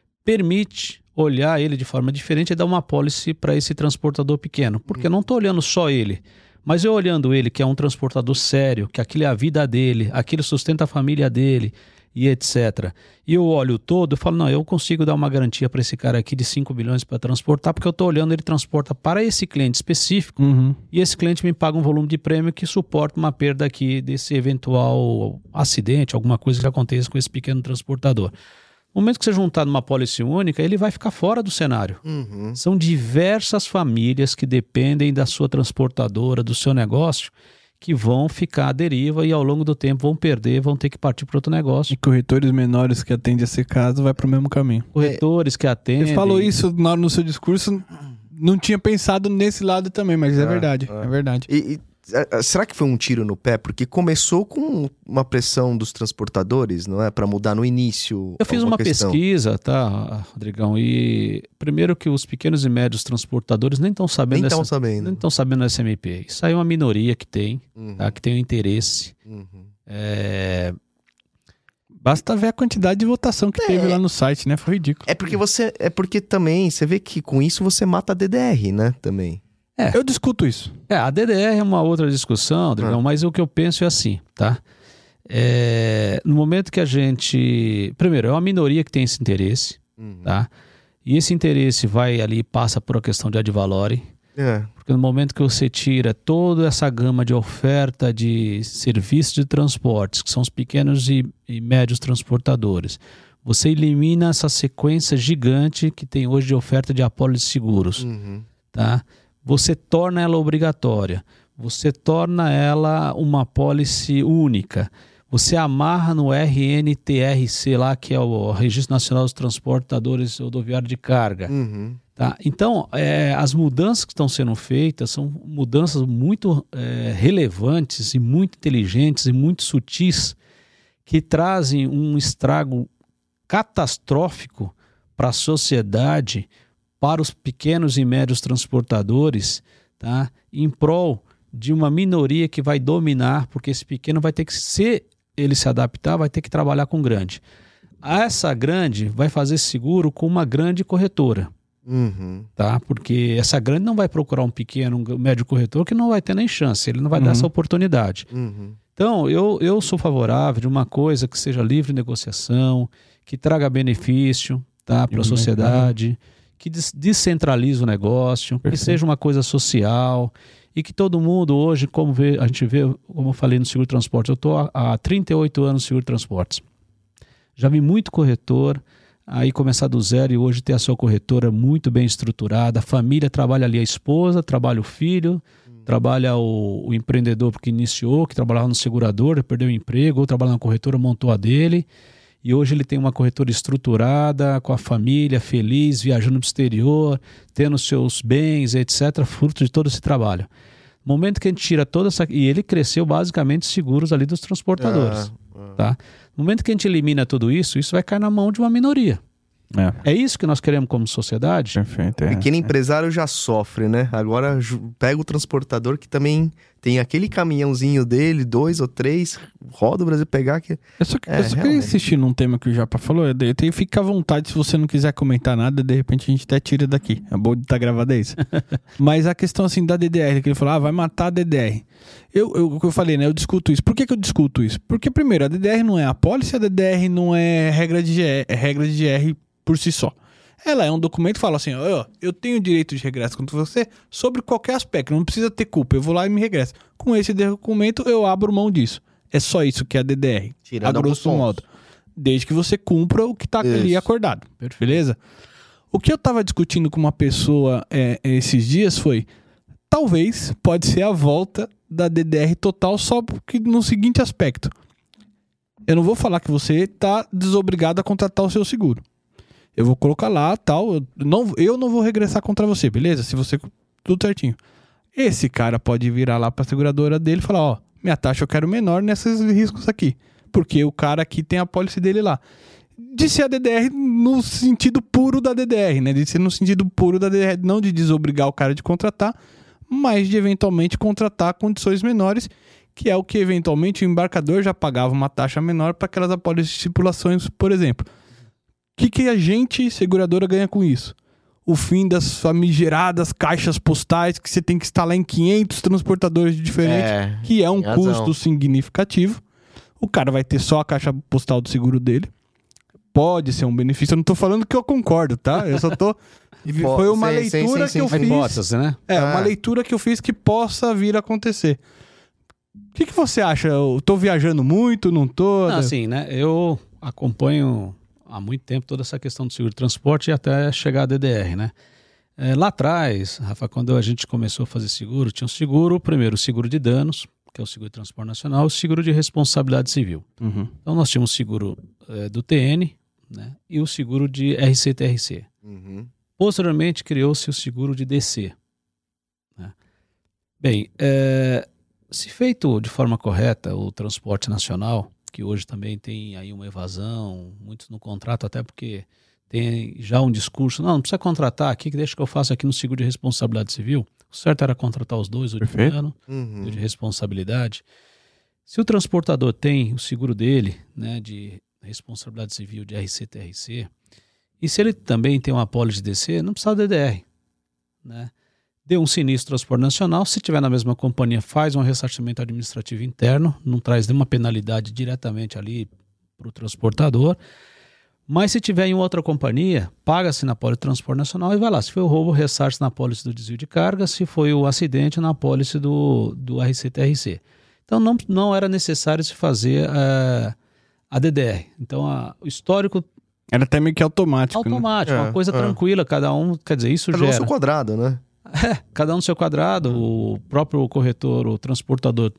permite olhar ele de forma diferente e dar uma apólice para esse transportador pequeno. Porque eu não estou olhando só ele, mas eu olhando ele que é um transportador sério, que aquilo é a vida dele, aquilo sustenta a família dele e etc. E eu olho todo e falo, não, eu consigo dar uma garantia para esse cara aqui de 5 bilhões para transportar, porque eu estou olhando, ele transporta para esse cliente específico e esse cliente me paga um volume de prêmio que suporta uma perda aqui desse eventual acidente, alguma coisa que aconteça com esse pequeno transportador. No momento que você juntar numa apólice única, ele vai ficar fora do cenário. São diversas famílias que dependem da sua transportadora, do seu negócio, que vão ficar à deriva e ao longo do tempo vão perder, vão ter que partir para outro negócio. E corretores menores que atendem a esse caso vai para o mesmo caminho. Corretores que atendem... Você falou isso no seu discurso, não tinha pensado nesse lado também, mas é verdade, é verdade. Será que foi um tiro no pé? Porque começou com uma pressão dos transportadores, não é? Para mudar no início. Eu fiz uma pesquisa, tá, Rodrigão? E primeiro que os pequenos e médios transportadores nem estão sabendo. Nem estão sabendo da SMP. Isso aí é uma minoria que tem, tá? Que tem o interesse. Basta ver a quantidade de votação que teve lá no site, né? Foi ridículo. É porque também você vê que com isso você mata a DDR, né? Também. Eu discuto isso. A DDR é uma outra discussão, Dragão, mas o que eu penso é assim, tá? No momento que a gente... Primeiro, é uma minoria que tem esse interesse, tá? E esse interesse vai ali, passa por a questão de ad valorem. Porque no momento que você tira toda essa gama de oferta de serviços de transportes, que são os pequenos e médios transportadores, você elimina essa sequência gigante que tem hoje de oferta de apólices seguros. tá? Você torna ela obrigatória, você torna ela uma apólice única, você amarra no RNTRC lá, que é o Registro Nacional dos Transportadores Rodoviários de Carga. Tá? Então, as mudanças que estão sendo feitas são mudanças muito relevantes e muito inteligentes e muito sutis, que trazem um estrago catastrófico para a sociedade, para os pequenos e médios transportadores, tá? Em prol de uma minoria que vai dominar, porque esse pequeno vai ter que, se ele se adaptar, vai ter que trabalhar com grande. Essa grande vai fazer seguro com uma grande corretora. Tá? Porque essa grande não vai procurar um pequeno, um médio corretor que não vai ter nem chance, ele não vai dar essa oportunidade. Então, eu sou favorável de uma coisa que seja livre negociação, que traga benefício, tá, para a sociedade, que descentralize o negócio, que seja uma coisa social e que todo mundo hoje, a gente vê, como eu falei no seguro transporte, eu estou há 38 anos no seguro transportes. Já vi muito corretor aí começar do zero e hoje ter a sua corretora muito bem estruturada, a família trabalha ali, a esposa, trabalha o filho, trabalha o empreendedor que iniciou, que trabalhava no segurador, perdeu o emprego, ou trabalha na corretora, montou a dele, e hoje ele tem uma corretora estruturada, com a família, feliz, viajando para o exterior, tendo seus bens, etc., fruto de todo esse trabalho. No momento que a gente tira toda essa... E ele cresceu basicamente seguros ali dos transportadores. Tá? No momento que a gente elimina tudo isso, isso vai cair na mão de uma minoria. É isso que nós queremos como sociedade? Perfeito. O pequeno empresário já sofre, né? Agora pega o transportador que também tem aquele caminhãozinho dele, 2 ou 3, roda o Brasil pegar. Eu só queria insistir num tema que o Japa falou. Fica à vontade, se você não quiser comentar nada, de repente a gente até tira daqui. É bom de estar gravado isso. Mas a questão assim da DDR, que ele falou, vai matar a DDR. Eu falei, né? Eu discuto isso. Por que eu discuto isso? Porque, primeiro, a DDR não é apólice, a DDR não é regra de GR por si só. Ela é um documento que fala assim, eu tenho direito de regresso contra você sobre qualquer aspecto, não precisa ter culpa, eu vou lá e me regresso. Com esse documento eu abro mão disso. É só isso que é a DDR, a grosso modo. Desde que você cumpra o que está ali acordado, beleza? O que eu estava discutindo com uma pessoa esses dias foi, talvez, pode ser a volta da DDR total só porque no seguinte aspecto. Eu não vou falar que você está desobrigado a contratar o seu seguro. Eu vou colocar lá, tal, eu não vou regressar contra você, beleza? Se você... Tudo certinho. Esse cara pode virar lá pra seguradora dele e falar, minha taxa eu quero menor nesses riscos aqui. Porque o cara aqui tem a pólice dele lá. De ser a DDR no sentido puro da DDR, né? De ser no sentido puro da DDR, não de desobrigar o cara de contratar, mas de eventualmente contratar condições menores, que é o que eventualmente o embarcador já pagava uma taxa menor para aquelas apólices de estipulações, por exemplo. O que a gente, seguradora, ganha com isso? O fim das famigeradas caixas postais que você tem que instalar em 500 transportadores diferentes, que é um custo significativo. O cara vai ter só a caixa postal do seguro dele. Pode ser um benefício. Eu não tô falando que eu concordo, tá? Eu só tô... Foi uma leitura que eu fiz. Hipótese, né? Uma leitura que eu fiz que possa vir a acontecer. O que você acha? Eu tô viajando muito, não tô? Não, assim, né? Eu acompanho... há muito tempo toda essa questão do seguro de transporte e até chegar à DDR, né? Lá atrás, Rafa, quando a gente começou a fazer seguro, tinha um seguro, primeiro o seguro de danos, que é o seguro de transporte nacional, e o seguro de responsabilidade civil. Então nós tínhamos o seguro do TN, né? E o seguro de RCTRC. Posteriormente criou-se o seguro de DC. Né? Bem, se feito de forma correta o transporte nacional, que hoje também tem aí uma evasão, muitos no contrato, até porque tem já um discurso, não precisa contratar aqui, que deixa que eu faço aqui no seguro de responsabilidade civil. O certo era contratar os dois, o de dano e o de responsabilidade. Se o transportador tem o seguro dele, né, de responsabilidade civil, de RCTRC, e se ele também tem uma apólice de DC, não precisa de DDR, né? Deu um sinistro transporte nacional, se tiver na mesma companhia, faz um ressarcimento administrativo interno, não traz nenhuma penalidade diretamente ali para o transportador, mas se tiver em outra companhia, paga-se na apólice de transporte nacional e vai lá. Se foi o roubo, ressarce na apólice do desvio de carga, se foi o acidente, na apólice do RCTRC. Então não era necessário se fazer a DDR. Então o histórico... Era até meio que automático. Automático, né? Uma coisa tranquila, cada um, quer dizer, isso gera... É o nosso quadrado, né? Cada um no seu quadrado, o próprio corretor, o transportador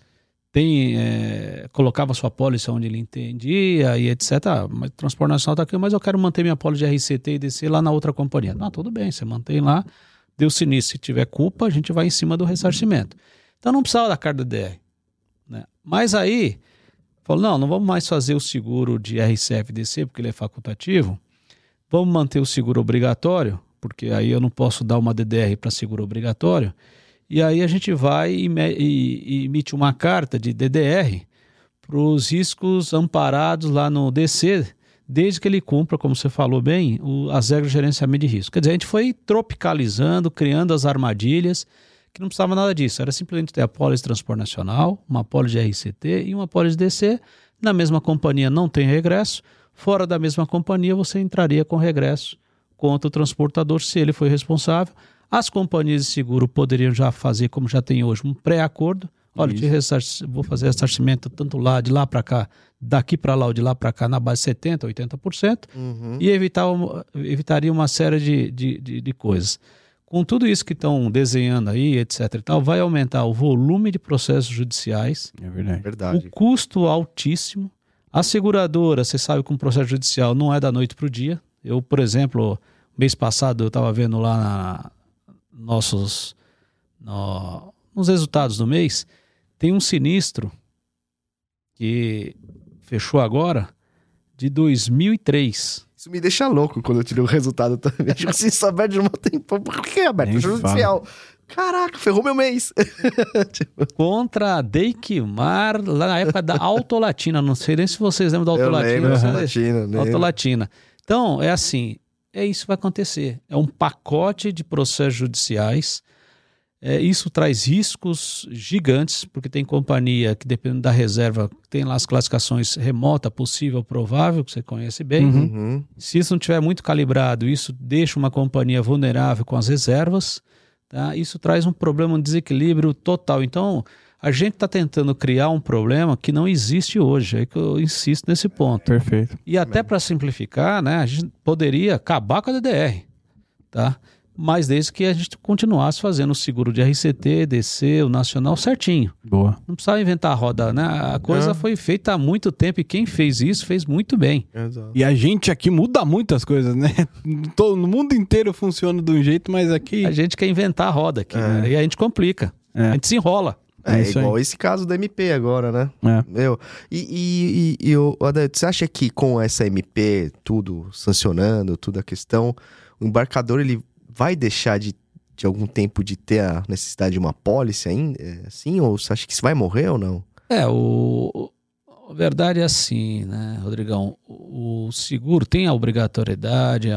colocava sua pólice onde ele entendia e etc. Mas o Transporte Nacional está aqui, mas eu quero manter minha pólice de RCT e descer lá na outra companhia. Não, tudo bem, você mantém lá, deu sinistro. Se tiver culpa, a gente vai em cima do ressarcimento. Então não precisava da carta DDR. Né? Mas aí, falou, não vamos mais fazer o seguro de RCF-DC, porque ele é facultativo. Vamos manter o seguro obrigatório, porque aí eu não posso dar uma DDR para seguro obrigatório. E aí a gente vai e emite uma carta de DDR para os riscos amparados lá no DC, desde que ele cumpra, como você falou bem, as regras de gerenciamento de risco. Quer dizer, a gente foi tropicalizando, criando as armadilhas, que não precisava nada disso. Era simplesmente ter a pólice de transporte nacional, uma pólice de RCT e uma pólice de DC. Na mesma companhia não tem regresso. Fora da mesma companhia você entraria com regresso contra o transportador, se ele foi responsável. As companhias de seguro poderiam já fazer, como já tem hoje, um pré-acordo. Olha, vou fazer ressarcimento tanto lá, de lá para cá, daqui para lá ou de lá para cá, na base 70%, 80%, e evitaria uma série de coisas. Com tudo isso que estão desenhando aí, etc. e tal, vai aumentar o volume de processos judiciais. É verdade. Verdade. O custo altíssimo. A seguradora, você sabe que um processo judicial não é da noite para o dia. Eu, por exemplo, mês passado eu estava vendo lá nos resultados do mês, tem um sinistro que fechou agora de 2003. Isso me deixa louco quando eu tirei o resultado também. Tipo assim, só aberto de um tempão. Por que é aberto? Judicial. Caraca, ferrou meu mês. Contra a Deikmar, lá na época da Autolatina. Não sei nem se vocês lembram da Autolatina. Autolatina. Então, é assim, isso que vai acontecer. É um pacote de processos judiciais. Isso traz riscos gigantes, porque tem companhia que, dependendo da reserva, tem lá as classificações remota, possível, provável, que você conhece bem. Uhum. Se isso não estiver muito calibrado, isso deixa uma companhia vulnerável com as reservas. Tá? Isso traz um problema, um desequilíbrio total. Então, a gente está tentando criar um problema que não existe hoje. É que eu insisto nesse ponto. Perfeito. E até para simplificar, né, a gente poderia acabar com a DDR, tá? Mas desde que a gente continuasse fazendo o seguro de RCT, DC, o nacional certinho. Boa. Não precisava inventar a roda, né? A coisa foi feita há muito tempo e quem fez isso fez muito bem. Exato. E a gente aqui muda muitas coisas, né? No mundo inteiro funciona de um jeito, mas aqui... A gente quer inventar a roda aqui, né? E a gente complica. A gente se enrola. É isso igual aí. esse caso da MP agora, né? Meu, Adailton, você acha que com essa MP, tudo sancionando, toda a questão, o embarcador, ele vai deixar de algum tempo de ter a necessidade de uma pólice ainda, assim? Ou você acha que isso vai morrer ou não? A verdade é assim, né, Rodrigão? O seguro tem a obrigatoriedade,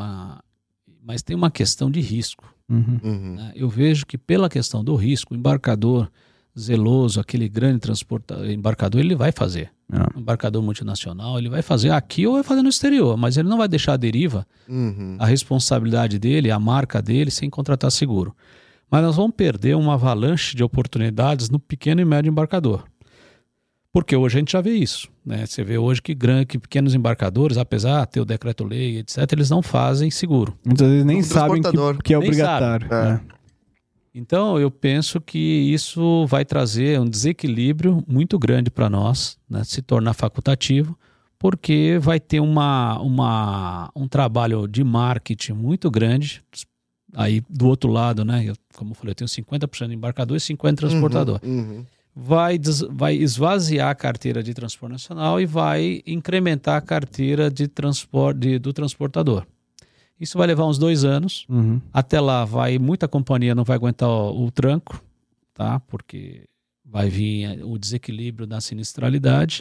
mas tem uma questão de risco. Uhum. Né? Eu vejo que pela questão do risco, o embarcador zeloso, aquele grande embarcador, ele vai fazer. Um embarcador multinacional, ele vai fazer aqui ou vai fazer no exterior, mas ele não vai deixar a deriva, a responsabilidade dele, a marca dele, sem contratar seguro. Mas nós vamos perder uma avalanche de oportunidades no pequeno e médio embarcador. Porque hoje a gente já vê isso. Né? Você vê hoje que pequenos embarcadores, apesar de ter o decreto-lei, etc., eles não fazem seguro. Muitas vezes nem sabem que é Nem obrigatório. Então, eu penso que isso vai trazer um desequilíbrio muito grande para nós, né, se tornar facultativo, porque vai ter um trabalho de marketing muito grande. Aí, do outro lado, né, como eu falei, eu tenho 50% de embarcador e 50% de transportador. Vai esvaziar a carteira de transporte nacional e vai incrementar a carteira de transporte do transportador. Isso vai levar uns 2 anos. Até lá, muita companhia não vai aguentar o tranco, tá? Porque vai vir o desequilíbrio da sinistralidade.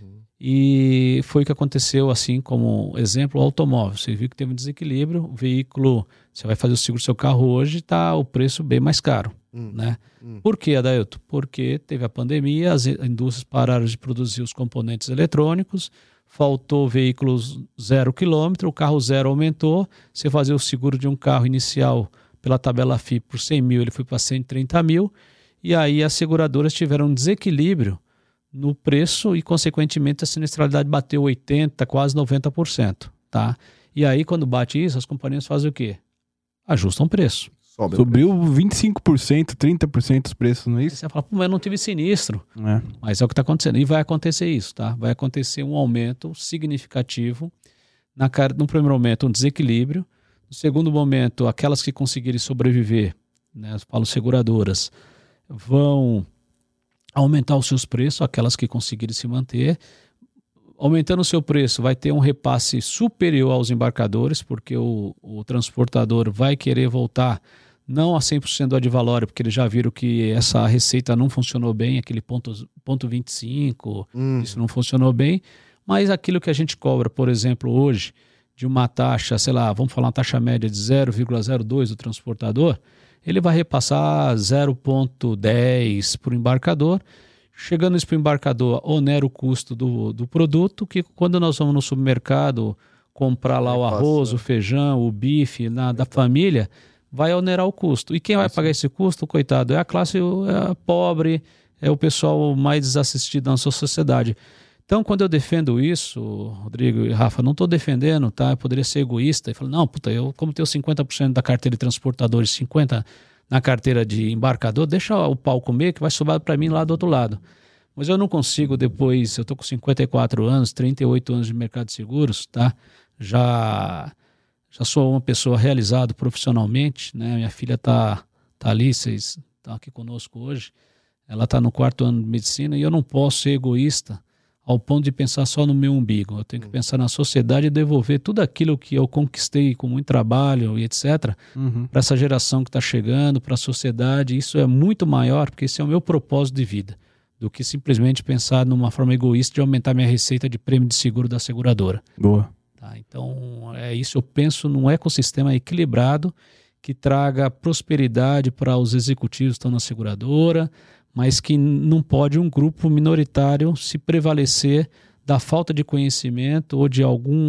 E foi o que aconteceu, assim como exemplo, o automóvel. Você viu que teve um desequilíbrio, o veículo, você vai fazer o seguro do seu carro hoje, está o preço bem mais caro. Né? Por quê, Adailton? Porque teve a pandemia, as indústrias pararam de produzir os componentes eletrônicos, faltou veículos 0 km, o carro zero aumentou, você fazia o seguro de um carro inicial pela tabela FIP por 100 mil, ele foi para 130 mil, e aí as seguradoras tiveram um desequilíbrio no preço e, consequentemente, a sinistralidade bateu 80%, quase 90%. Tá? E aí, quando bate isso, as companhias fazem o quê? Ajustam o preço. Sobe. Subiu 25%, 30% os preços, não é Aí isso? você fala, pô, mas eu não tive sinistro. É. Mas é o que está acontecendo. E vai acontecer isso, tá? Vai acontecer um aumento significativo. No primeiro momento, um desequilíbrio. No segundo momento, aquelas que conseguirem sobreviver, né, eu falo seguradoras, vão aumentar os seus preços, aquelas que conseguirem se manter. Aumentando o seu preço, vai ter um repasse superior aos embarcadores, porque o transportador vai querer voltar não a 100% do ad valorem, porque eles já viram que essa receita não funcionou bem, aquele ponto 25, isso não funcionou bem, mas aquilo que a gente cobra, por exemplo, hoje, de uma taxa, sei lá, vamos falar uma taxa média de 0,02 do transportador, ele vai repassar 0,10 para o embarcador. Chegando isso para o embarcador, onera o custo do produto, que quando nós vamos no supermercado comprar lá o arroz, o feijão, o bife da família, vai onerar o custo. E quem vai pagar esse custo, coitado, é a classe pobre, é o pessoal mais desassistido da nossa sociedade. Então, quando eu defendo isso, Rodrigo e Rafa, não estou defendendo, tá? Eu poderia ser egoísta e falar, não, puta, eu como tenho 50% da carteira de transportador e 50% na carteira de embarcador, deixa o pau comer que vai sobrar para mim lá do outro lado. Mas eu não consigo depois, eu estou com 54 anos, 38 anos de mercado de seguros, tá? Já sou uma pessoa realizada profissionalmente, né? Minha filha está ali, vocês estão aqui conosco hoje, ela está no 4º ano de medicina e eu não posso ser egoísta ao ponto de pensar só no meu umbigo. Eu tenho que pensar na sociedade e devolver tudo aquilo que eu conquistei com muito trabalho e etc. Para essa geração que está chegando, para a sociedade. Isso é muito maior, porque esse é o meu propósito de vida, do que simplesmente pensar numa forma egoísta de aumentar minha receita de prêmio de seguro da seguradora. Boa. Tá? Então, é isso. Eu penso num ecossistema equilibrado que traga prosperidade para os executivos que estão na seguradora, mas que não pode um grupo minoritário se prevalecer da falta de conhecimento ou de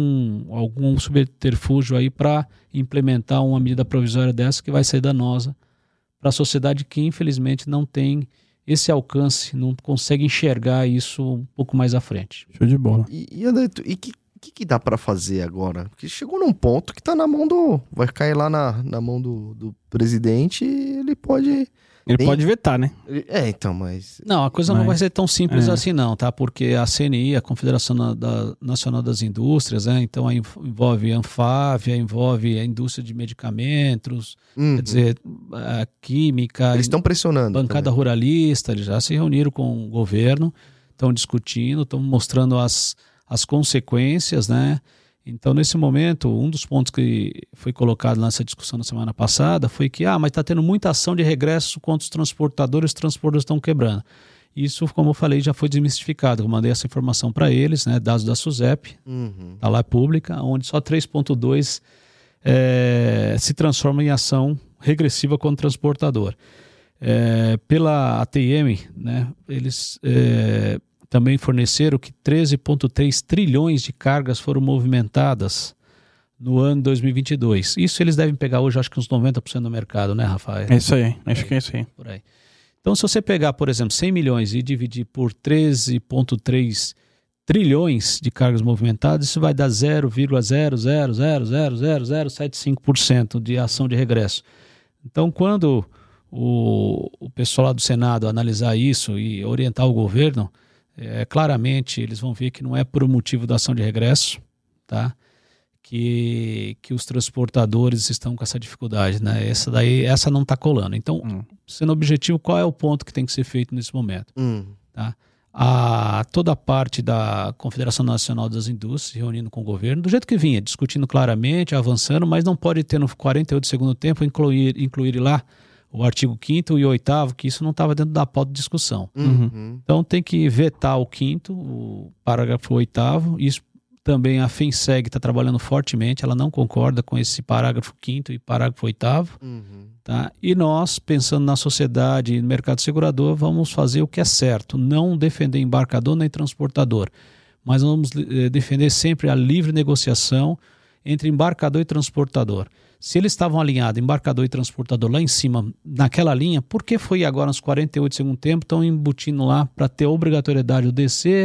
algum subterfúgio aí para implementar uma medida provisória dessa que vai ser danosa para a sociedade que infelizmente não tem esse alcance, não consegue enxergar isso um pouco mais à frente. Show de bola. E André, e que dá pra fazer agora? Porque chegou num ponto que tá na mão vai cair lá na mão do presidente e ele pode... Ele pode vetar, né? Então, mas... Não, a coisa não vai ser tão simples assim não, tá? Porque a CNI, a Confederação Nacional das Indústrias, né? Então envolve a Anfávia, envolve a indústria de medicamentos, quer dizer, a química... Eles estão pressionando. Bancada também. ruralista, eles já se reuniram com o governo, estão discutindo, estão mostrando as consequências, né? Então, nesse momento, um dos pontos que foi colocado nessa discussão na semana passada foi que, mas está tendo muita ação de regresso contra os transportadores estão quebrando. Isso, como eu falei, já foi desmistificado. Eu mandei essa informação para eles, né, dados da SUSEP, está lá pública, onde só 3,2 se transforma em ação regressiva contra o transportador. Pela ATM, né, eles... também forneceram que 13,3 trilhões de cargas foram movimentadas no ano 2022. Isso eles devem pegar hoje, acho que uns 90% do mercado, né, Rafael? É isso aí, acho que é isso aí. Por aí. Então, se você pegar, por exemplo, 100 milhões e dividir por 13,3 trilhões de cargas movimentadas, isso vai dar 0,0000075% de ação de regresso. Então, quando o pessoal lá do Senado analisar isso e orientar o governo, claramente eles vão ver que não é por motivo da ação de regresso, tá? Que os transportadores estão com essa dificuldade, né? Essa não está colando. Então, sendo objetivo, qual é o ponto que tem que ser feito nesse momento? Tá? Toda a parte da Confederação Nacional das Indústrias se reunindo com o governo, do jeito que vinha, discutindo claramente, avançando, mas não pode ter no 48 do segundo tempo incluir lá o artigo 5º e 8º, que isso não estava dentro da pauta de discussão. Então tem que vetar o 5º, o parágrafo 8º, isso também a FENSEG está trabalhando fortemente, ela não concorda com esse parágrafo 5º e parágrafo 8º, tá? E nós, pensando na sociedade e no mercado segurador, vamos fazer o que é certo, não defender embarcador nem transportador, mas vamos defender sempre a livre negociação entre embarcador e transportador. Se eles estavam alinhados, embarcador e transportador lá em cima, naquela linha, por que foi agora nos 48 do segundo tempo, estão embutindo lá para ter obrigatoriedade do DC,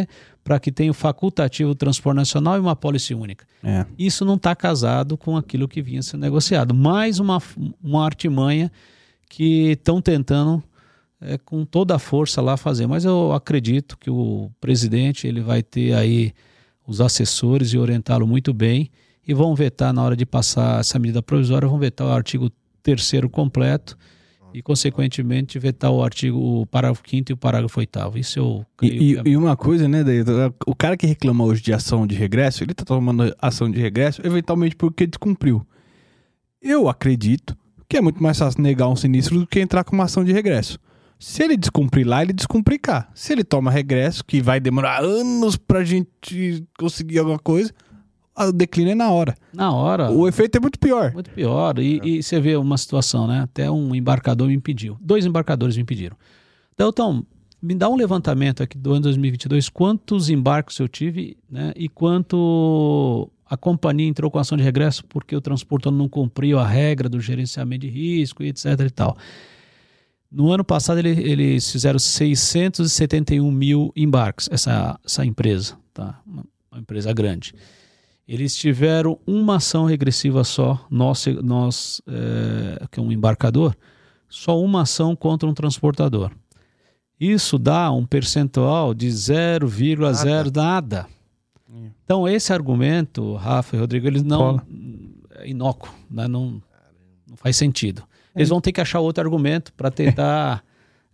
para que tenha o facultativo transporte nacional e uma apólice única. Isso não está casado com aquilo que vinha sendo negociado. Mais uma artimanha que estão tentando com toda a força lá fazer. Mas eu acredito que o presidente ele vai ter aí os assessores e orientá-lo muito bem e vão vetar, na hora de passar essa medida provisória, vão vetar o artigo 3º completo e, consequentemente, vetar o parágrafo 5º e o parágrafo 8º. Isso eu creio. E uma coisa, né, Daí, o cara que reclama hoje de ação de regresso, ele tá tomando ação de regresso eventualmente porque descumpriu. Eu acredito que é muito mais fácil negar um sinistro do que entrar com uma ação de regresso. Se ele descumprir lá, ele descumprir cá. Se ele toma regresso, que vai demorar anos pra gente conseguir alguma coisa, o declínio é na hora. Na hora. O efeito é muito pior. Muito pior. E você vê uma situação, né? Até um embarcador me impediu. 2 embarcadores me impediram. Então, me dá um levantamento aqui do ano 2022, quantos embarques eu tive, né? E quanto a companhia entrou com ação de regresso porque o transportador não cumpriu a regra do gerenciamento de risco e etc e tal. No ano passado, eles fizeram 671 mil embarques, essa empresa, tá? Uma empresa grande. Eles tiveram uma ação regressiva só, nós que é um embarcador, só uma ação contra um transportador. Isso dá um percentual de 0,0 nada. Então, esse argumento, Rafa e Rodrigo, eles não... É inócuo, né? Não faz sentido. Eles vão ter que achar outro argumento para tentar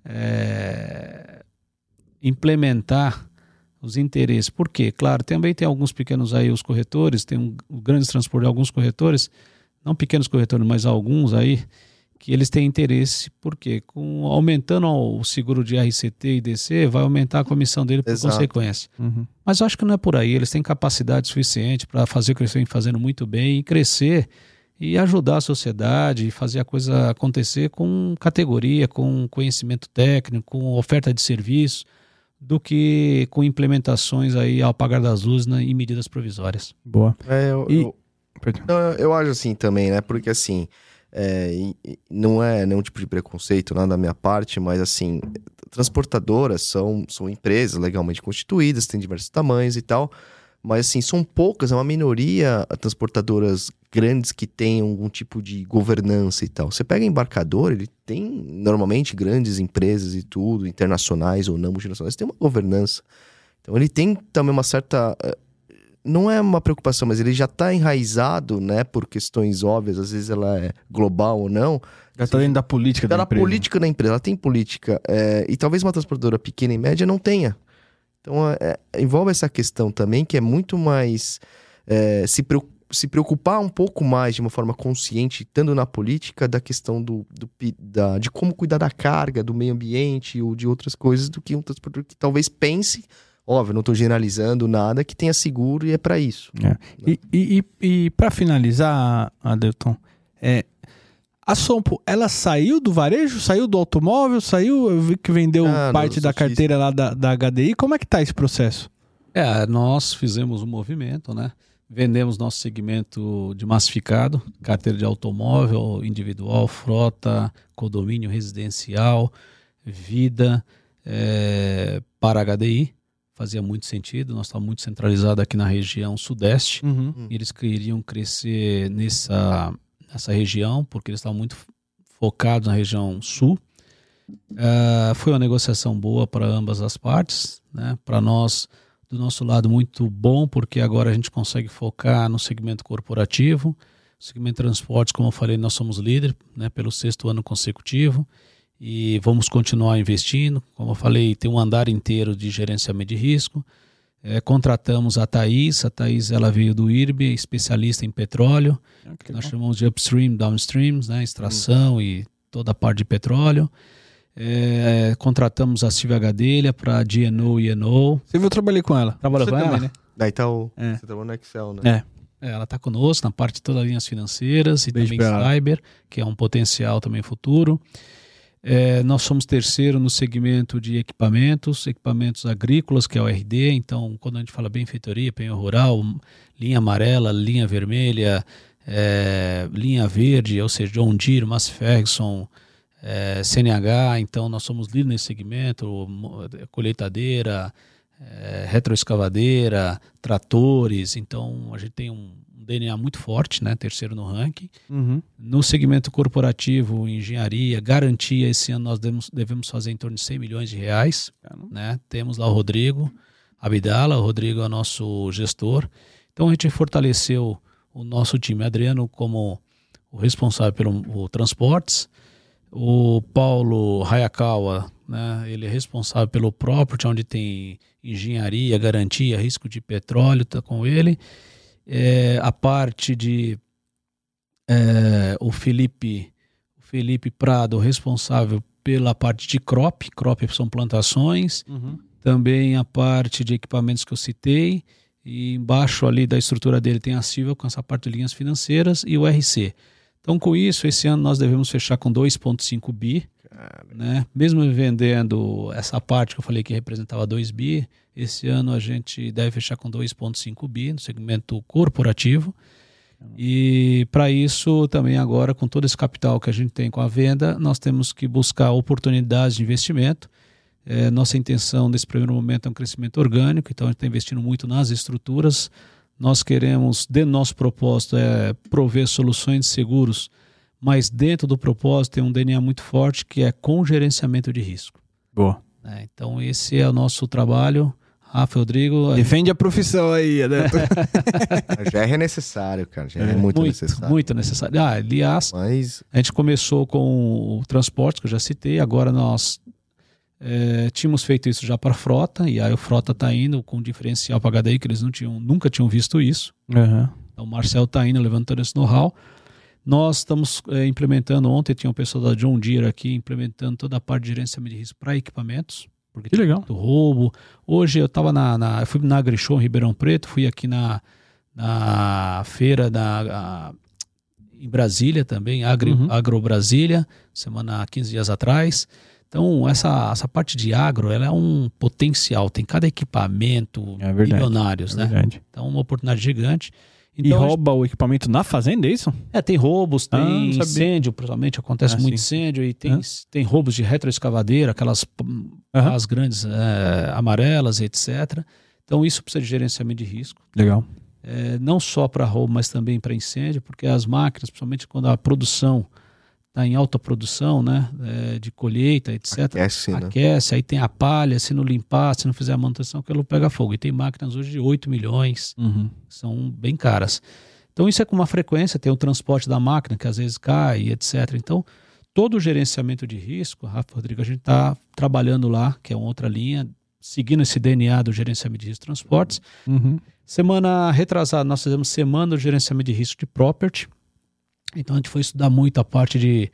implementar os interesses. Por quê? Claro, também tem alguns pequenos aí, os corretores, tem grandes transportes de alguns corretores, não pequenos corretores, mas alguns aí, que eles têm interesse. Por quê? Aumentando o seguro de RCT e DC, vai aumentar a comissão dele por consequência. Uhum. Mas eu acho que não é por aí. Eles têm capacidade suficiente para fazer o que eles vêm fazendo muito bem e crescer e ajudar a sociedade e fazer a coisa acontecer com categoria, com conhecimento técnico, com oferta de serviço, do que com implementações aí ao apagar das luzes, né, e medidas provisórias. Boa. Eu acho assim também, né? Porque assim, não é nenhum tipo de preconceito, nada da minha parte, mas assim, transportadoras são empresas legalmente constituídas, têm diversos tamanhos e tal, mas assim, são poucas, é uma minoria transportadoras grandes que têm algum tipo de governança e tal. Você pega embarcador, ele tem normalmente grandes empresas e tudo, internacionais ou não multinacionais, tem uma governança. Então ele tem também uma certa... Não é uma preocupação, mas ele já está enraizado, né, por questões óbvias, às vezes ela é global ou não. Já está dentro da política da empresa. Está na política da empresa, ela tem política. E talvez uma transportadora pequena e média não tenha. Então envolve essa questão também, que é muito mais se preocupar um pouco mais de uma forma consciente, estando na política, da questão de como cuidar da carga, do meio ambiente ou de outras coisas, do que um transportador que talvez pense, óbvio, não estou generalizando nada, que tenha seguro e é para isso. E para finalizar, Adelton, a Sompo, ela saiu do varejo, saiu do automóvel, eu vi que vendeu parte da carteira lá da HDI, como é que tá esse processo? Nós fizemos um movimento, né? Vendemos nosso segmento de massificado, carteira de automóvel, individual, frota, condomínio residencial, vida, para a HDI. Fazia muito sentido, nós estávamos muito centralizados aqui na região sudeste. Uhum. E eles queriam crescer nessa região, porque eles estavam muito focados na região sul. Foi uma negociação boa para ambas as partes, né? Para nós, do nosso lado, muito bom, porque agora a gente consegue focar no segmento corporativo. Segmento de transportes, como eu falei, nós somos líder, né, pelo 6º ano consecutivo e vamos continuar investindo. Como eu falei, tem um andar inteiro de gerenciamento de risco. Contratamos a Thaís ela veio do IRB, especialista em petróleo, que nós chamamos de upstream, downstream, né, extração e toda a parte de petróleo. Contratamos a Silvia Gadelha para DNO e ENO. Você viu, eu trabalhei com ela. Trabalhou com ela, também, né? Daí tá você trabalhou no Excel, né? Ela está conosco na parte de todas as linhas financeiras e Beijo também cyber, que é um potencial também futuro. Nós somos 3º no segmento de equipamentos agrícolas, que é o RD. Então, quando a gente fala benfeitoria, penhor rural, linha amarela, linha vermelha, linha verde, ou seja, John Deere, Massey Ferguson, CNH. Então, nós somos líderes nesse segmento, colheitadeira, retroescavadeira, tratores. Então, a gente tem um DNA muito forte, né? Terceiro no ranking. Uhum. No segmento corporativo, engenharia, garantia, esse ano nós devemos fazer em torno de 100 milhões de reais. Né? Temos lá o Rodrigo Abdala, o Rodrigo é o nosso gestor. Então, a gente fortaleceu o nosso time. Adriano como o responsável pelo transportes, o Paulo Hayakawa, né, ele é responsável pelo property, onde tem engenharia, garantia, risco de petróleo, está com ele. A parte de o Felipe Prado, responsável pela parte de crop são plantações, também a parte de equipamentos que eu citei, e embaixo ali da estrutura dele tem a Silva com essa parte de linhas financeiras e o RC. Então, com isso, esse ano nós devemos fechar com 2,5 bi, né? Mesmo vendendo essa parte que eu falei que representava 2 bi, esse ano a gente deve fechar com 2,5 bi no segmento corporativo. E para isso, também agora, com todo esse capital que a gente tem com a venda, nós temos que buscar oportunidades de investimento. Nossa intenção nesse primeiro momento é um crescimento orgânico, então a gente está investindo muito nas estruturas. Nós queremos, dentro do nosso propósito, prover soluções de seguros, mas dentro do propósito tem um DNA muito forte que é com gerenciamento de risco. Boa. Então esse é o nosso trabalho. Rafa, Rodrigo... Defende a profissão aí, Adalto. Já é necessário, cara. Já é muito necessário. Muito necessário. Aliás, a gente começou com o transporte, que eu já citei, agora nós... tínhamos feito isso já para a frota, e aí a frota está indo com diferencial para HDI, que eles nunca tinham visto isso. Uhum. Então o Marcel está indo levantando esse know-how. Nós estamos implementando, ontem tinha um pessoal da John Deere aqui, implementando toda a parte de gerenciamento de risco para equipamentos. Porque que legal. Muito roubo. Hoje eu estava eu fui na AgriShow em Ribeirão Preto, fui aqui na feira em Brasília também, Agro Brasília, 15 dias atrás. Então, essa parte de agro, ela é um potencial, tem cada equipamento, milionários, né? Verdade. Então, uma oportunidade gigante. Então, e rouba o equipamento na fazenda, é isso? Tem roubos, tem incêndio, principalmente acontece muito incêndio, e tem roubos de retroescavadeira, aquelas as grandes amarelas, etc. Então, isso precisa de gerenciamento de risco. Legal. Não só para roubo, mas também para incêndio, porque as máquinas, principalmente quando a produção está em alta produção, né, de colheita, etc. Aquece, aí tem a palha, se não limpar, se não fizer a manutenção, aquilo pega fogo. E tem máquinas hoje de 8 milhões, que são bem caras. Então isso é com uma frequência, tem o transporte da máquina, que às vezes cai, etc. Então, todo o gerenciamento de risco, Rafa, Rodrigo, a gente está trabalhando lá, que é uma outra linha, seguindo esse DNA do gerenciamento de risco de transportes. Semana retrasada, nós fizemos semana do gerenciamento de risco de property. Então a gente foi estudar muito a parte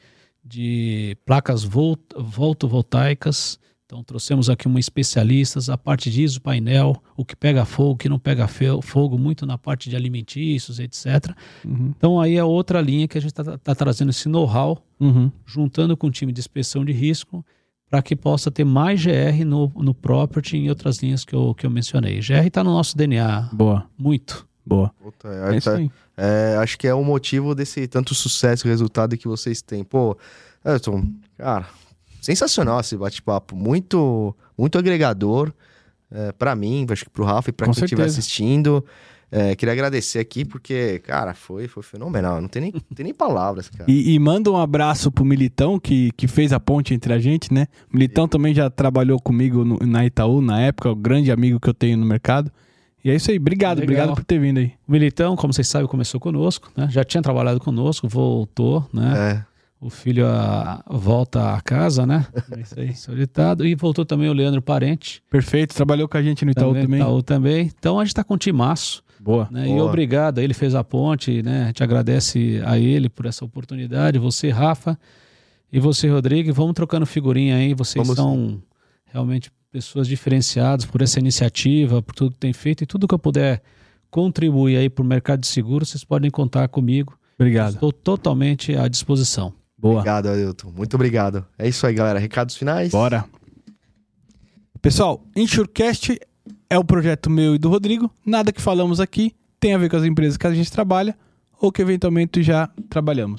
de placas fotovoltaicas. Então trouxemos aqui uma especialista, a parte de isopainel, o que pega fogo, o que não pega fogo, muito na parte de alimentícios, etc. Então aí é outra linha que a gente está trazendo esse know-how, juntando com o time de inspeção de risco, para que possa ter mais GR no property e em outras linhas que eu mencionei. GR está no nosso DNA. Boa. Muito. Boa. Puta, acho que é o motivo desse tanto sucesso e resultado que vocês têm. Pô, Elton, cara, sensacional esse bate-papo. Muito, muito agregador pra mim, acho que pro Rafa e pra quem estiver assistindo. Queria agradecer aqui porque, cara, foi fenomenal. Não tem nem palavras, cara. E manda um abraço pro Militão, que fez a ponte entre a gente, né? O Militão também já trabalhou comigo na Itaú, na época, o grande amigo que eu tenho no mercado. E é isso aí, obrigado por ter vindo aí. O Militão, como vocês sabem, começou conosco, né? Já tinha trabalhado conosco, voltou, né? O filho volta a casa, né? É isso aí. Solicitado. E voltou também o Leandro Parente. Perfeito, trabalhou com a gente no Itaú também. Itaú também. Então a gente está com um timaço. Boa. Né? Boa. E obrigado, ele fez a ponte, né? A gente agradece a ele por essa oportunidade. Você, Rafa, e você, Rodrigo. Vamos trocando figurinha aí. Vocês são realmente pessoas diferenciadas por essa iniciativa, por tudo que tem feito, e tudo que eu puder contribuir aí para o mercado de seguros, vocês podem contar comigo. Obrigado. Estou totalmente à disposição. Boa. Obrigado, Ailton. Muito obrigado. É isso aí, galera. Recados finais? Bora. Pessoal, InsureCast é o projeto meu e do Rodrigo. Nada que falamos aqui tem a ver com as empresas que a gente trabalha ou que eventualmente já trabalhamos.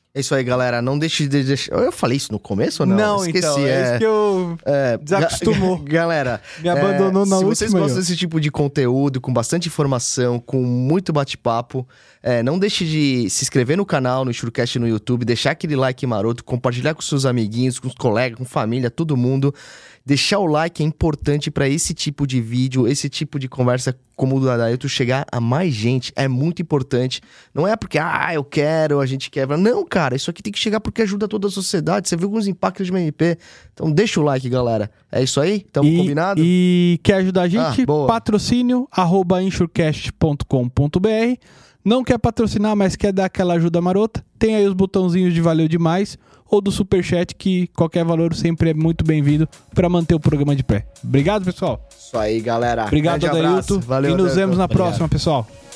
É isso aí, galera. Não deixe de deixar... Eu falei isso no começo ou não? Não, Esqueci. então. É isso que eu desacostumou. Galera, Me abandonou na última. Se vocês gostam desse tipo de conteúdo, com bastante informação, com muito bate-papo, não deixe de se inscrever no canal, no Insurecast no YouTube, deixar aquele like maroto, compartilhar com seus amiguinhos, com os colegas, com família, todo mundo. Deixar o like é importante para esse tipo de vídeo, esse tipo de conversa como o do Adailton chegar a mais gente. É muito importante. Não é porque, eu quero, a gente quer. Não, cara, isso aqui tem que chegar porque ajuda toda a sociedade. Você viu alguns impactos de MP. Então deixa o like, galera. É isso aí? Tamo combinado? E quer ajudar a gente? Patrocínio @insurecast.com.br. Não quer patrocinar, mas quer dar aquela ajuda marota? Tem aí os botãozinhos de valeu demais ou do Superchat, que qualquer valor sempre é muito bem-vindo para manter o programa de pé. Obrigado, pessoal. Isso aí, galera. Obrigado, Adailton. Valeu, e nos vemos na próxima, pessoal.